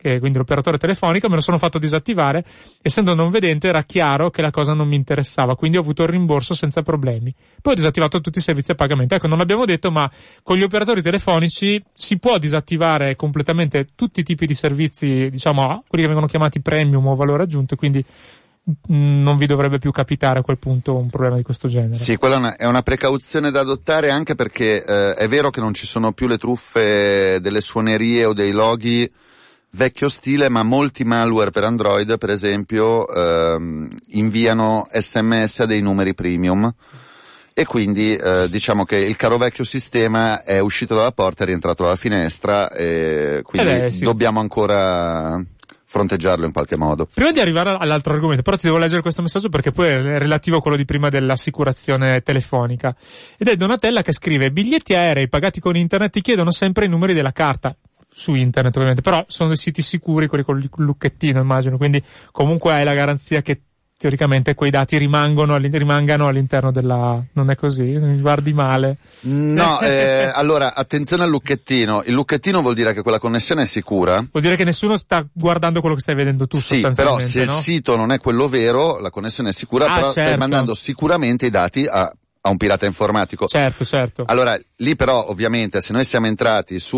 che quindi l'operatore telefonico, me lo sono fatto disattivare, essendo non vedente era chiaro che la cosa non mi interessava, quindi ho avuto il rimborso senza problemi. Poi ho disattivato tutti i servizi a pagamento. Ecco, non l'abbiamo detto, ma con gli operatori telefonici si può disattivare completamente tutti i tipi di servizi, diciamo, quelli che vengono chiamati premium o valore aggiunto, quindi non vi dovrebbe più capitare a quel punto un problema di questo genere. Sì, quella è una precauzione da adottare, anche perché è vero che non ci sono più le truffe delle suonerie o dei loghi vecchio stile, ma molti malware per Android, per esempio, inviano SMS a dei numeri premium, e quindi diciamo che il caro vecchio sistema è uscito dalla porta e è rientrato dalla finestra, e quindi sì, dobbiamo ancora fronteggiarlo in qualche modo. Prima di arrivare all'altro argomento, però ti devo leggere questo messaggio perché poi è relativo a quello di prima dell'assicurazione telefonica. Ed è Donatella che scrive: biglietti aerei pagati con internet ti chiedono sempre i numeri della carta. Su internet ovviamente, però sono dei siti sicuri, quelli con il lucchettino immagino, quindi comunque hai la garanzia che teoricamente quei dati rimangano all'interno della... Non è così? Mi guardi male? No, allora, attenzione al lucchettino. Il lucchettino vuol dire che quella connessione è sicura. Vuol dire che nessuno sta guardando quello che stai vedendo tu, sì, però se il sito non è quello vero, la connessione è sicura, però certo. Stai mandando sicuramente i dati a un pirata informatico. Certo. Allora, lì però ovviamente se noi siamo entrati su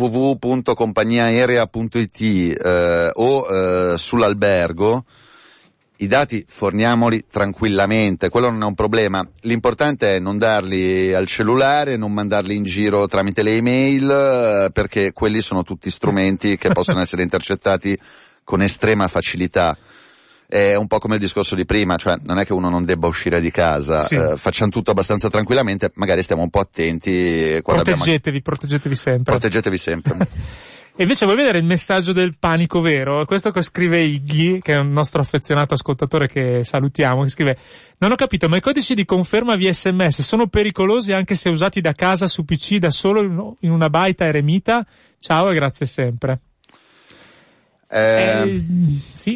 www.compagniaaerea.it o sull'albergo, i dati forniamoli tranquillamente, quello non è un problema. L'importante è non darli al cellulare, non mandarli in giro tramite le email, perché quelli sono tutti strumenti che possono essere intercettati con estrema facilità. È un po' come il discorso di prima, cioè non è che uno non debba uscire di casa, sì. Facciamo tutto abbastanza tranquillamente, magari stiamo un po' attenti. Proteggetevi sempre. Proteggetevi sempre. E invece vuoi vedere il messaggio del panico vero? Questo che scrive Iggy, che è un nostro affezionato ascoltatore che salutiamo, che scrive: non ho capito, ma i codici di conferma via SMS sono pericolosi anche se usati da casa su PC da solo in una baita eremita? Ciao e grazie sempre. Sì.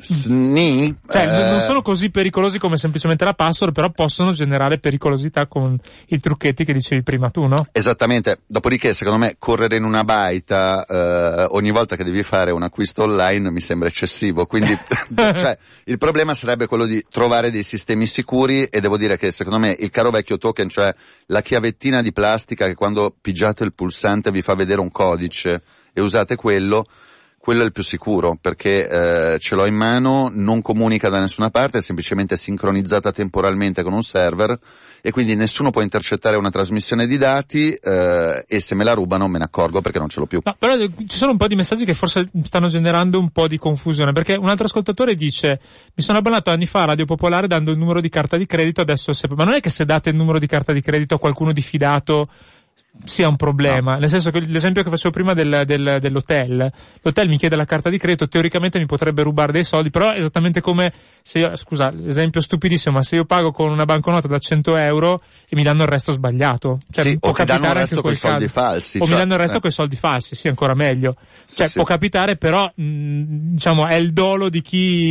Non sono così pericolosi come semplicemente la password, però possono generare pericolosità con i trucchetti che dicevi prima tu, no? Esattamente. Dopodiché, secondo me, correre in una baita ogni volta che devi fare un acquisto online mi sembra eccessivo. Quindi, cioè, il problema sarebbe quello di trovare dei sistemi sicuri, e devo dire che secondo me il caro vecchio token, cioè la chiavettina di plastica che quando pigiate il pulsante vi fa vedere un codice e usate quello è il più sicuro, perché ce l'ho in mano, non comunica da nessuna parte, è semplicemente sincronizzata temporalmente con un server, e quindi nessuno può intercettare una trasmissione di dati, e se me la rubano me ne accorgo perché non ce l'ho più. No, però ci sono un po' di messaggi che forse stanno generando un po' di confusione, perché un altro ascoltatore dice: mi sono abbonato anni fa a Radio Popolare dando il numero di carta di credito, adesso ma non è che se date il numero di carta di credito a qualcuno di fidato sia un problema, no. Nel senso che l'esempio che facevo prima dell'hotel, l'hotel mi chiede la carta di credito, teoricamente mi potrebbe rubare dei soldi, però è esattamente come se io, scusa, esempio stupidissimo, ma se io pago con una banconota da 100 euro e mi danno il resto sbagliato, cioè sì, può o ti danno il resto con i soldi falsi, o mi danno il resto con i soldi falsi, sì, ancora meglio, cioè sì. Può capitare, però diciamo è il dolo di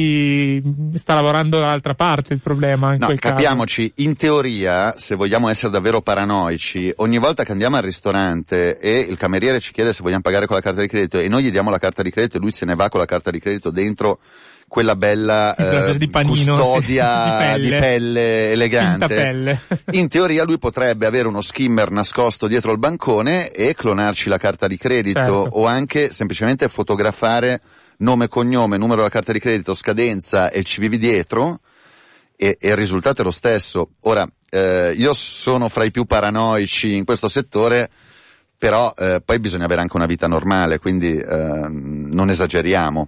chi sta lavorando dall'altra parte il problema in quel capiamoci, caso. In teoria, se vogliamo essere davvero paranoici, ogni volta che andiamo al ristorante e il cameriere ci chiede se vogliamo pagare con la carta di credito e noi gli diamo la carta di credito e lui se ne va con la carta di credito dentro quella bella di panino, custodia di pelle elegante, pelle. In teoria lui potrebbe avere uno skimmer nascosto dietro il bancone e clonarci la carta di credito, certo. O anche semplicemente fotografare nome, cognome, numero della carta di credito, scadenza e il CVV dietro, e il risultato è lo stesso. Ora, io sono fra i più paranoici in questo settore, però poi bisogna avere anche una vita normale, quindi non esageriamo.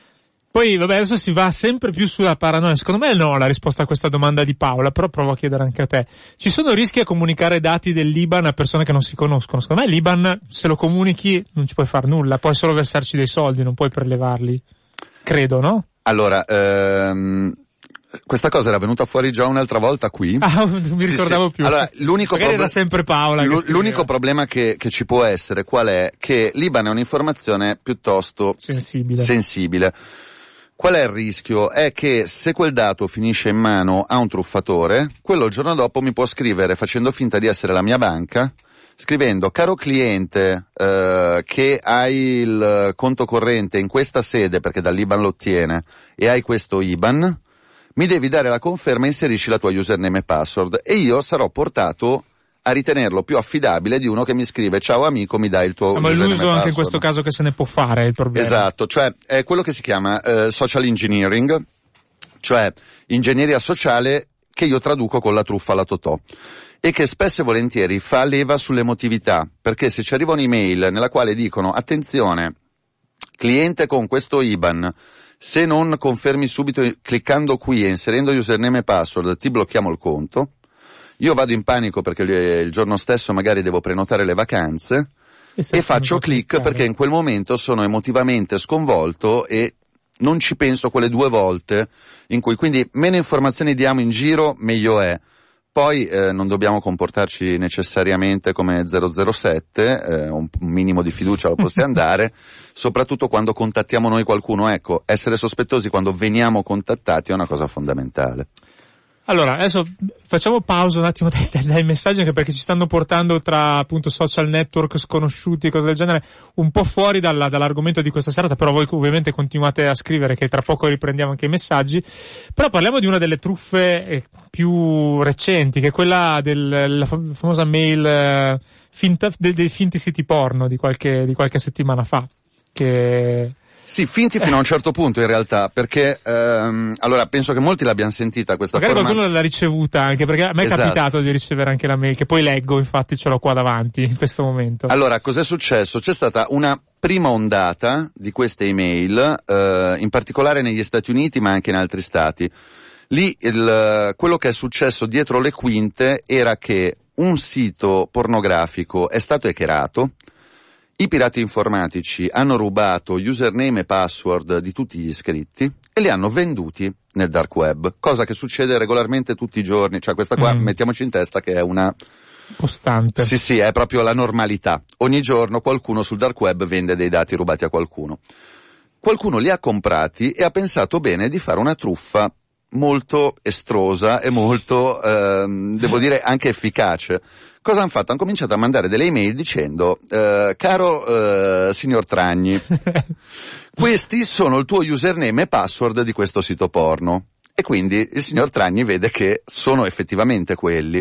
Poi, vabbè, adesso si va sempre più sulla paranoia. Secondo me no, la risposta a questa domanda di Paola, però provo a chiedere anche a te. Ci sono rischi a comunicare dati dell'IBAN a persone che non si conoscono? Secondo me l'IBAN, se lo comunichi, non ci puoi fare nulla, puoi solo versarci dei soldi, non puoi prelevarli. Credo, no? Allora, questa cosa era venuta fuori già un'altra volta qui. Non mi ricordavo più. Allora, era sempre Paola. L'unico problema che ci può essere qual è? Che l'IBAN è un'informazione piuttosto sensibile. Qual è il rischio? È che se quel dato finisce in mano a un truffatore, quello il giorno dopo mi può scrivere facendo finta di essere la mia banca, scrivendo: caro cliente, che hai il conto corrente in questa sede perché dall'IBAN lo ottiene e hai questo IBAN, mi devi dare la conferma e inserisci la tua username e password, e io sarò portato a ritenerlo più affidabile di uno che mi scrive: ciao amico, mi dai il tuo username e password. Ma è l'uso anche in questo caso che se ne può fare, il problema. Esatto, cioè è quello che si chiama social engineering, cioè ingegneria sociale, che io traduco con la truffa alla Totò, e che spesso e volentieri fa leva sull'emotività, perché se ci arriva un'email nella quale dicono: attenzione, cliente con questo IBAN, se non confermi subito cliccando qui e inserendo username e password ti blocchiamo il conto, io vado in panico perché il giorno stesso magari devo prenotare le vacanze e faccio click perché in quel momento sono emotivamente sconvolto e non ci penso quelle 2 volte in cui, quindi meno informazioni diamo in giro meglio è. Poi non dobbiamo comportarci necessariamente come 007, un minimo di fiducia lo possiamo dare, soprattutto quando contattiamo noi qualcuno. Ecco, essere sospettosi quando veniamo contattati è una cosa fondamentale. Allora, adesso facciamo pausa un attimo dai messaggi, anche perché ci stanno portando tra appunto social network sconosciuti e cose del genere un po' fuori dall'argomento di questa serata, però voi ovviamente continuate a scrivere che tra poco riprendiamo anche i messaggi. Però parliamo di una delle truffe più recenti, che è quella della famosa mail dei finti siti porno di qualche settimana fa, che... Sì, finti fino a un certo punto in realtà, perché allora penso che molti l'abbiano sentita questa magari qualcuno l'ha ricevuta anche, perché a me è capitato di ricevere anche la mail, che poi leggo, infatti ce l'ho qua davanti in questo momento. Allora, cos'è successo? C'è stata una prima ondata di queste email, in particolare negli Stati Uniti ma anche in altri stati. Lì quello che è successo dietro le quinte era che un sito pornografico è stato hackerato. I pirati informatici hanno rubato username e password di tutti gli iscritti e li hanno venduti nel dark web, cosa che succede regolarmente tutti i giorni, cioè questa qua mettiamoci in testa che è una costante. Sì, è proprio la normalità. Ogni giorno qualcuno sul dark web vende dei dati rubati a qualcuno. Qualcuno li ha comprati e ha pensato bene di fare una truffa molto estrosa e molto, devo dire, anche efficace. Cosa hanno fatto? Hanno cominciato a mandare delle email dicendo: caro signor Tragni, questi sono il tuo username e password di questo sito porno. E quindi il signor Tragni vede che sono effettivamente quelli.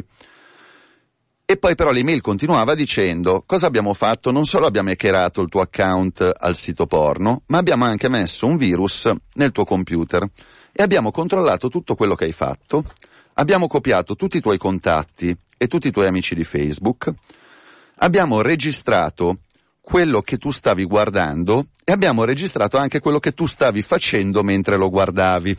E poi però l'email continuava dicendo: cosa abbiamo fatto? Non solo abbiamo hackerato il tuo account al sito porno, ma abbiamo anche messo un virus nel tuo computer e abbiamo controllato tutto quello che hai fatto, abbiamo copiato tutti i tuoi contatti e tutti i tuoi amici di Facebook, abbiamo registrato quello che tu stavi guardando e abbiamo registrato anche quello che tu stavi facendo mentre lo guardavi.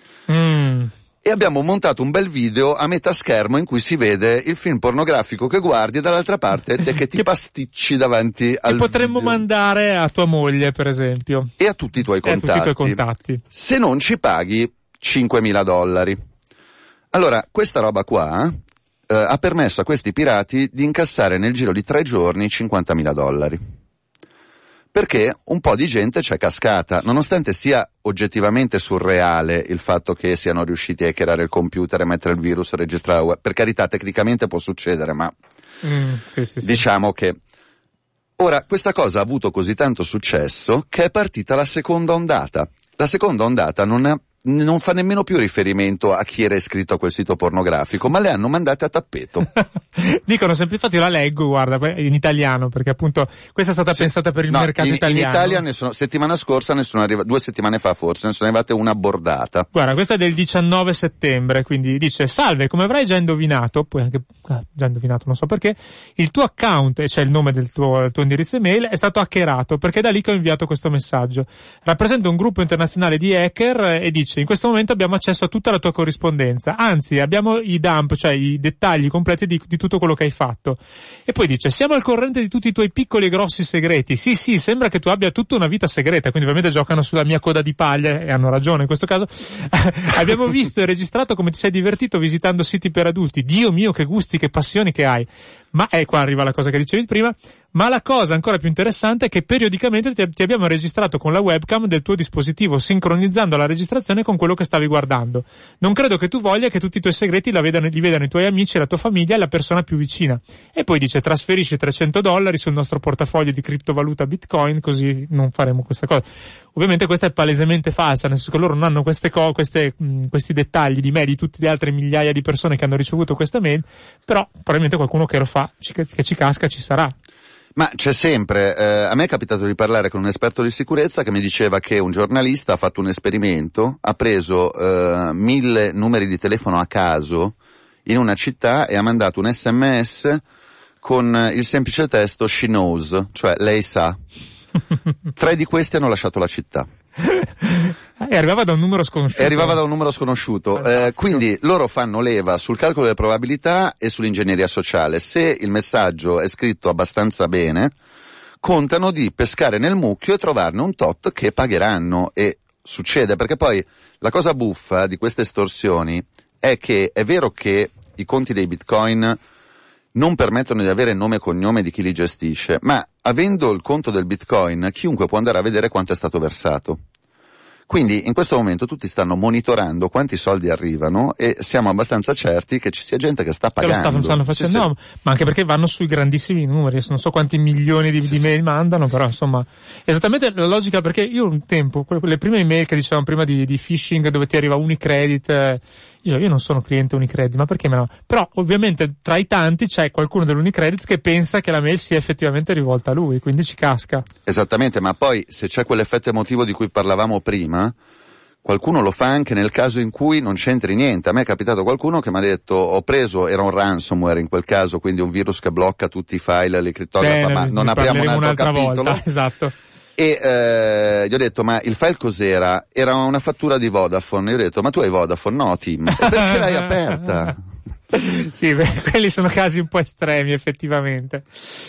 E abbiamo montato un bel video a metà schermo in cui si vede il film pornografico che guardi e dall'altra parte te che ti pasticci davanti al video. Potremmo mandare a tua moglie, per esempio. E a tutti i tuoi contatti. Se non ci paghi $5.000. Allora, questa roba qua ha permesso a questi pirati di incassare nel giro di 3 giorni $50.000. Perché un po' di gente c'è cascata, nonostante sia oggettivamente surreale il fatto che siano riusciti a hackerare il computer e mettere il virus e registrare la web. Per carità, tecnicamente può succedere, ma diciamo che... Ora, questa cosa ha avuto così tanto successo che è partita la seconda ondata. La seconda ondata non fa nemmeno più riferimento a chi era iscritto a quel sito pornografico, ma le hanno mandate a tappeto. Dicono sempre, infatti la leggo, guarda, in italiano, perché appunto questa è stata pensata per il mercato italiano. In Italia settimana scorsa 2 settimane fa forse, ne sono arrivate una bordata. Guarda, questa è del 19 settembre, quindi dice: salve, come avrai già indovinato, poi anche, già indovinato, non so perché, il tuo account, e c'è il nome del tuo indirizzo email, è stato hackerato, perché è da lì che ho inviato questo messaggio. Rappresenta un gruppo internazionale di hacker e dice: in questo momento abbiamo accesso a tutta la tua corrispondenza, anzi abbiamo i dump, cioè i dettagli completi di tutto quello che hai fatto. E poi dice: siamo al corrente di tutti i tuoi piccoli e grossi segreti. Sì, sembra che tu abbia tutta una vita segreta, quindi ovviamente giocano sulla mia coda di paglia, e hanno ragione in questo caso. Abbiamo visto e registrato come ti sei divertito visitando siti per adulti. Dio mio, che gusti, che passioni che hai. Ma qua arriva la cosa che dicevi prima, ma la cosa ancora più interessante è che periodicamente ti abbiamo registrato con la webcam del tuo dispositivo, sincronizzando la registrazione con quello che stavi guardando. Non credo che tu voglia che tutti i tuoi segreti li vedano i tuoi amici, la tua famiglia e la persona più vicina. E poi dice trasferisci $300 sul nostro portafoglio di criptovaluta Bitcoin, così non faremo questa cosa. Ovviamente questa è palesemente falsa, nel senso che loro non hanno questi dettagli di me, di tutte le altre migliaia di persone che hanno ricevuto questa mail, però probabilmente qualcuno che lo fa, che ci casca, ci sarà. Ma c'è sempre, a me è capitato di parlare con un esperto di sicurezza che mi diceva che un giornalista ha fatto un esperimento, ha preso 1000 numeri di telefono a caso in una città e ha mandato un SMS con il semplice testo "she knows", cioè lei sa. 3 di questi hanno lasciato la città. E arrivava da un numero sconosciuto. Quindi loro fanno leva sul calcolo delle probabilità e sull'ingegneria sociale. Se il messaggio è scritto abbastanza bene, contano di pescare nel mucchio e trovarne un tot che pagheranno. E succede, perché poi la cosa buffa di queste estorsioni è che è vero che i conti dei Bitcoin non permettono di avere nome e cognome di chi li gestisce, ma avendo il conto del Bitcoin, chiunque può andare a vedere quanto è stato versato. Quindi in questo momento tutti stanno monitorando quanti soldi arrivano e siamo abbastanza certi che ci sia gente che sta pagando. Lo stanno facendo, sì. No, ma anche perché vanno sui grandissimi numeri, non so quanti milioni di mail mandano, però insomma, esattamente la logica, perché io un tempo, le prime email che dicevano prima di phishing dove ti arriva Unicredit, io non sono cliente Unicredit, ma perché me no? Però ovviamente tra i tanti c'è qualcuno dell'Unicredit che pensa che la mail sia effettivamente rivolta a lui, quindi ci casca. Esattamente, ma poi se c'è quell'effetto emotivo di cui parlavamo prima, qualcuno lo fa anche nel caso in cui non c'entri niente. A me è capitato qualcuno che mi ha detto, era un ransomware in quel caso, quindi un virus che blocca tutti i file, li crittografa, ma non apriamo un altro capitolo. Volta, esatto. E gli ho detto, ma il file cos'era? Era una fattura di Vodafone. Io ho detto, ma tu hai Vodafone? No, Tim. E perché l'hai aperta? Sì, quelli sono casi un po' estremi effettivamente.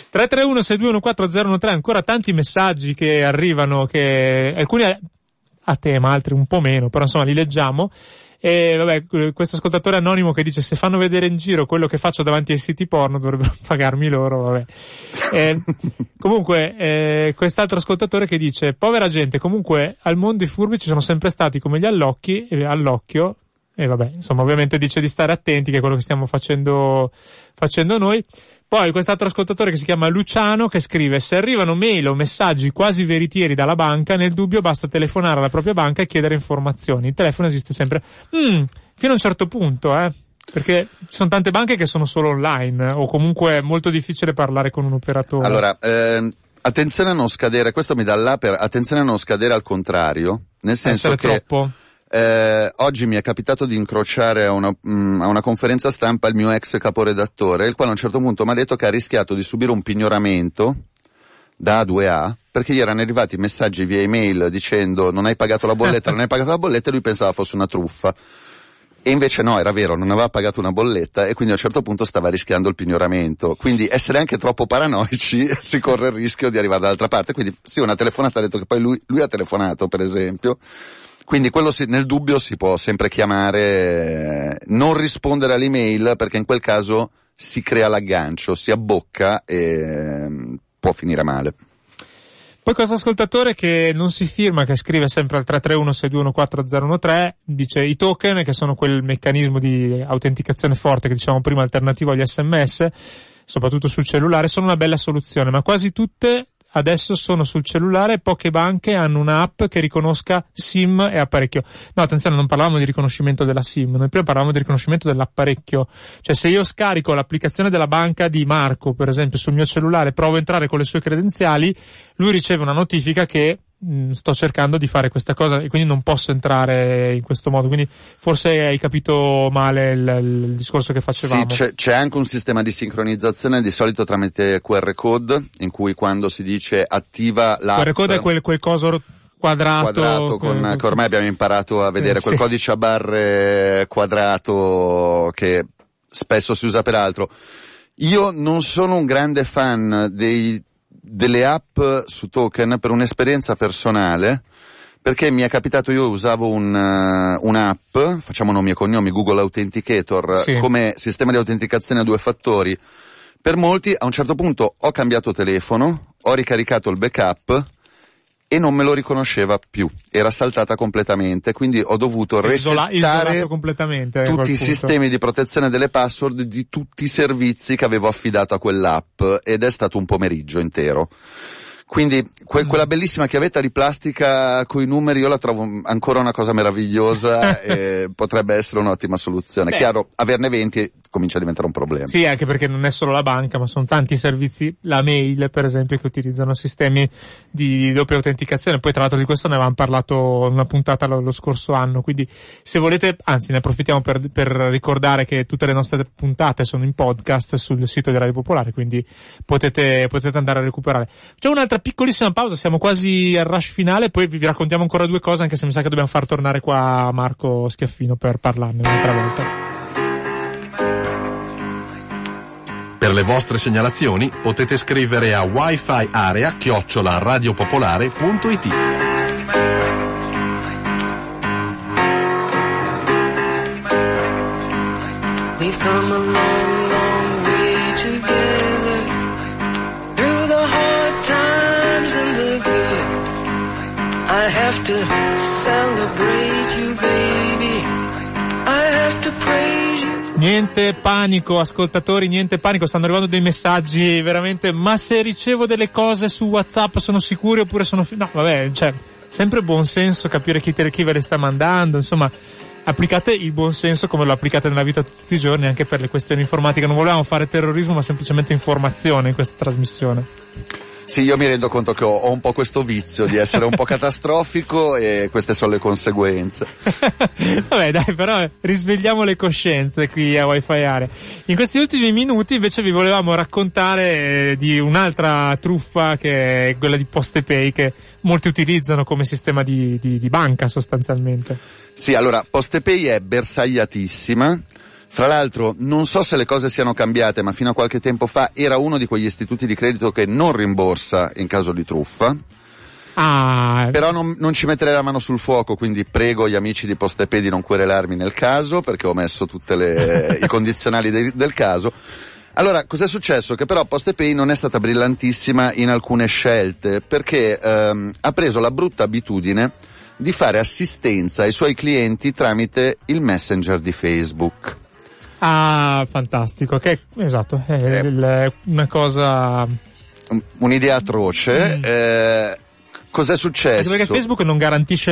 331-621-4013, ancora tanti messaggi che arrivano, che alcuni a te, ma altri un po' meno, però insomma li leggiamo. E vabbè, questo ascoltatore anonimo che dice: se fanno vedere in giro quello che faccio davanti ai siti porno dovrebbero pagarmi loro, vabbè. Comunque, quest'altro ascoltatore che dice: povera gente, comunque al mondo i furbi ci sono sempre stati come gli all'occhio, e vabbè, insomma, ovviamente dice di stare attenti, che è quello che stiamo facendo noi. Poi quest'altro ascoltatore che si chiama Luciano che scrive: se arrivano mail o messaggi quasi veritieri dalla banca, nel dubbio basta telefonare alla propria banca e chiedere informazioni. Il telefono esiste sempre. Fino a un certo punto, perché ci sono tante banche che sono solo online, o comunque è molto difficile parlare con un operatore. Allora, attenzione a non scadere, questo mi dà attenzione a non scadere al contrario, nel senso che troppo. Oggi mi è capitato di incrociare a una conferenza stampa il mio ex caporedattore, il quale a un certo punto mi ha detto che ha rischiato di subire un pignoramento da A2A perché gli erano arrivati messaggi via email dicendo non hai pagato la bolletta, e lui pensava fosse una truffa. E invece no, era vero, non aveva pagato una bolletta e quindi a un certo punto stava rischiando il pignoramento. Quindi essere anche troppo paranoici, si corre il rischio di arrivare dall'altra parte. Quindi sì, una telefonata ha detto che poi lui ha telefonato, per esempio. Quindi nel dubbio si può sempre chiamare, non rispondere all'email, perché in quel caso si crea l'aggancio, si abbocca e può finire male. Poi questo ascoltatore che non si firma, che scrive sempre al 331-621-4013, dice: i token, che sono quel meccanismo di autenticazione forte che dicevamo prima, alternativo agli SMS, soprattutto sul cellulare, sono una bella soluzione, ma quasi tutte adesso sono sul cellulare e poche banche hanno un'app che riconosca SIM e apparecchio. No, attenzione, non parlavamo di riconoscimento della SIM, noi prima parlavamo di riconoscimento dell'apparecchio. Cioè, se io scarico l'applicazione della banca di Marco, per esempio, sul mio cellulare, provo a entrare con le sue credenziali, lui riceve una notifica che sto cercando di fare questa cosa e quindi non posso entrare in questo modo. Quindi forse hai capito male il discorso che facevamo. Sì, c'è anche un sistema di sincronizzazione, di solito tramite QR code, in cui quando si dice attiva l'app, QR code è quel coso quadrato che ormai abbiamo imparato a vedere, quel codice a barre quadrato che spesso si usa per altro. Io non sono un grande fan delle app su token per un'esperienza personale, perché mi è capitato, io usavo un'app, facciamo nomi e cognomi, Google Authenticator, come sistema di autenticazione a 2 fattori, Per molti, a un certo punto, ho cambiato telefono, ho ricaricato il backup e non me lo riconosceva più, era saltata completamente, quindi ho dovuto resettare completamente tutti i sistemi di protezione delle password di tutti i servizi che avevo affidato a quell'app, ed è stato un pomeriggio intero. Quindi quella bellissima chiavetta di plastica coi numeri io la trovo ancora una cosa meravigliosa e potrebbe essere un'ottima soluzione. Chiaro, averne 20 comincia a diventare un problema. Sì, anche perché non è solo la banca, ma sono tanti servizi, la mail per esempio, che utilizzano sistemi di doppia autenticazione. Poi tra l'altro di questo ne avevamo parlato in una puntata lo scorso anno, quindi se volete, anzi ne approfittiamo per ricordare che tutte le nostre puntate sono in podcast sul sito di Radio Popolare, quindi potete andare a recuperare. C'è un'altra piccolissima pausa, siamo quasi al rush finale, poi vi raccontiamo ancora due cose, anche se mi sa che dobbiamo far tornare qua Marco Schiaffino per parlarne un'altra volta. Per le vostre segnalazioni potete scrivere a wifiarea@radiopopolare.it. We've come a long, long way together, through the hard times and the good. I have to celebrate you, baby. I have to praise you. Niente panico, ascoltatori, niente panico, stanno arrivando dei messaggi veramente, ma se ricevo delle cose su WhatsApp sono sicuri oppure sono no, vabbè, cioè, sempre buon senso capire chi ve le sta mandando, insomma, applicate il buon senso come lo applicate nella vita tutti i giorni, anche per le questioni informatiche. Non volevamo fare terrorismo, ma semplicemente informazione in questa trasmissione. Sì, io mi rendo conto che ho un po' questo vizio di essere un po' catastrofico e queste sono le conseguenze. Vabbè dai, però risvegliamo le coscienze qui a Wi-Fi Area. In questi ultimi minuti invece vi volevamo raccontare di un'altra truffa, che è quella di PostePay, che molti utilizzano come sistema di banca sostanzialmente. Sì, allora PostePay è bersagliatissima. Fra l'altro, non so se le cose siano cambiate, ma fino a qualche tempo fa era uno di quegli istituti di credito che non rimborsa in caso di truffa. Però non ci metterei la mano sul fuoco, quindi prego gli amici di PostePay di non querelarmi nel caso, perché ho messo tutte i condizionali del caso. Allora, cos'è successo? Che però PostePay non è stata brillantissima in alcune scelte, perché ha preso la brutta abitudine di fare assistenza ai suoi clienti tramite il Messenger di Facebook. Ah, fantastico, che esatto, è una cosa... Un'idea atroce. Cos'è successo? Perché Facebook non garantisce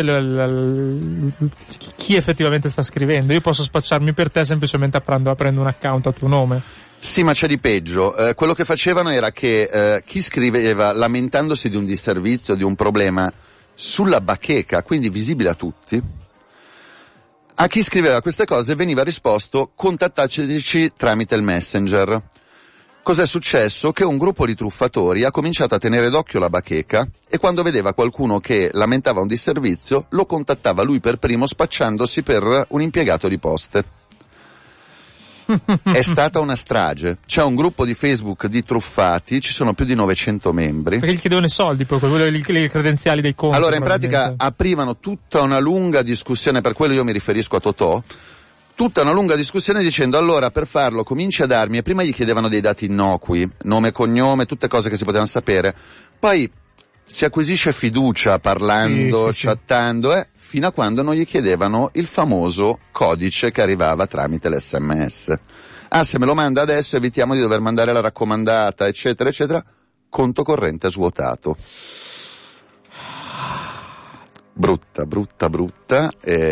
chi effettivamente sta scrivendo. Io posso spacciarmi per te semplicemente aprendo un account a tuo nome. Sì, ma c'è di peggio. Quello che facevano era che chi scriveva lamentandosi di un disservizio, di un problema, sulla bacheca, quindi visibile a tutti, a chi scriveva queste cose veniva risposto: contattateci tramite il Messenger. Cos'è successo? Che un gruppo di truffatori ha cominciato a tenere d'occhio la bacheca e quando vedeva qualcuno che lamentava un disservizio lo contattava lui per primo, spacciandosi per un impiegato di poste. È stata una strage. C'è un gruppo di Facebook di truffati, ci sono più di 900 membri. Perché gli chiedevano i soldi, poi le credenziali dei conti. Allora, in pratica aprivano tutta una lunga discussione, per quello io mi riferisco a Totò, tutta una lunga discussione dicendo: allora, per farlo cominci a darmi, e prima gli chiedevano dei dati innocui, nome, cognome, tutte cose che si potevano sapere, poi si acquisisce fiducia parlando, chattando, fino a quando non gli chiedevano il famoso codice che arrivava tramite l'SMS. Ah, se me lo manda adesso evitiamo di dover mandare la raccomandata, eccetera, eccetera. Conto corrente svuotato. Brutta.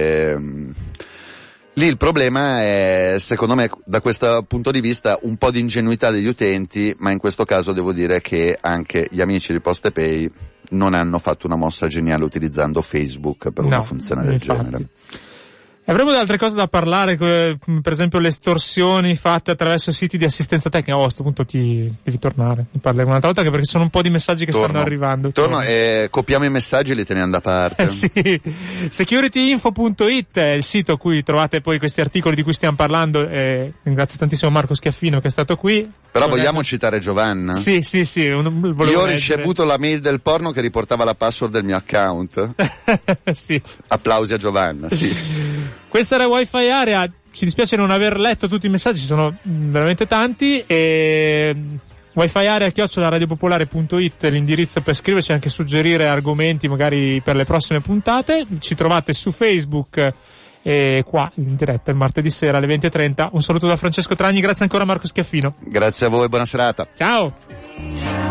Lì il problema è, secondo me, da questo punto di vista, un po' di ingenuità degli utenti, ma in questo caso devo dire che anche gli amici di PostePay non hanno fatto una mossa geniale utilizzando Facebook per una funzione del genere. Avremo delle altre cose da parlare, per esempio le estorsioni fatte attraverso siti di assistenza tecnica. A questo punto devi tornare, ne parleremo un'altra volta, perché ci sono un po' di messaggi che stanno arrivando. Torno e copiamo i messaggi e li teniamo da parte. Sì. Securityinfo.it è il sito a cui trovate poi questi articoli di cui stiamo parlando. Ringrazio tantissimo Marco Schiaffino che è stato qui. Però vogliamo citare Giovanna? Sì. Io ho ricevuto la mail del porno che riportava la password del mio account. Sì. Applausi a Giovanna, sì. Questa era Wi-Fi Area. ci dispiace non aver letto tutti i messaggi, ci sono veramente tanti, e wifiarea@radiopopolare.it l'indirizzo per scriverci, anche suggerire argomenti magari per le prossime puntate. Ci trovate su Facebook e qua in diretta il martedì sera alle 20:30. Un saluto da Francesco Tragni, grazie ancora a Marco Schiaffino. Grazie a voi, buona serata. Ciao.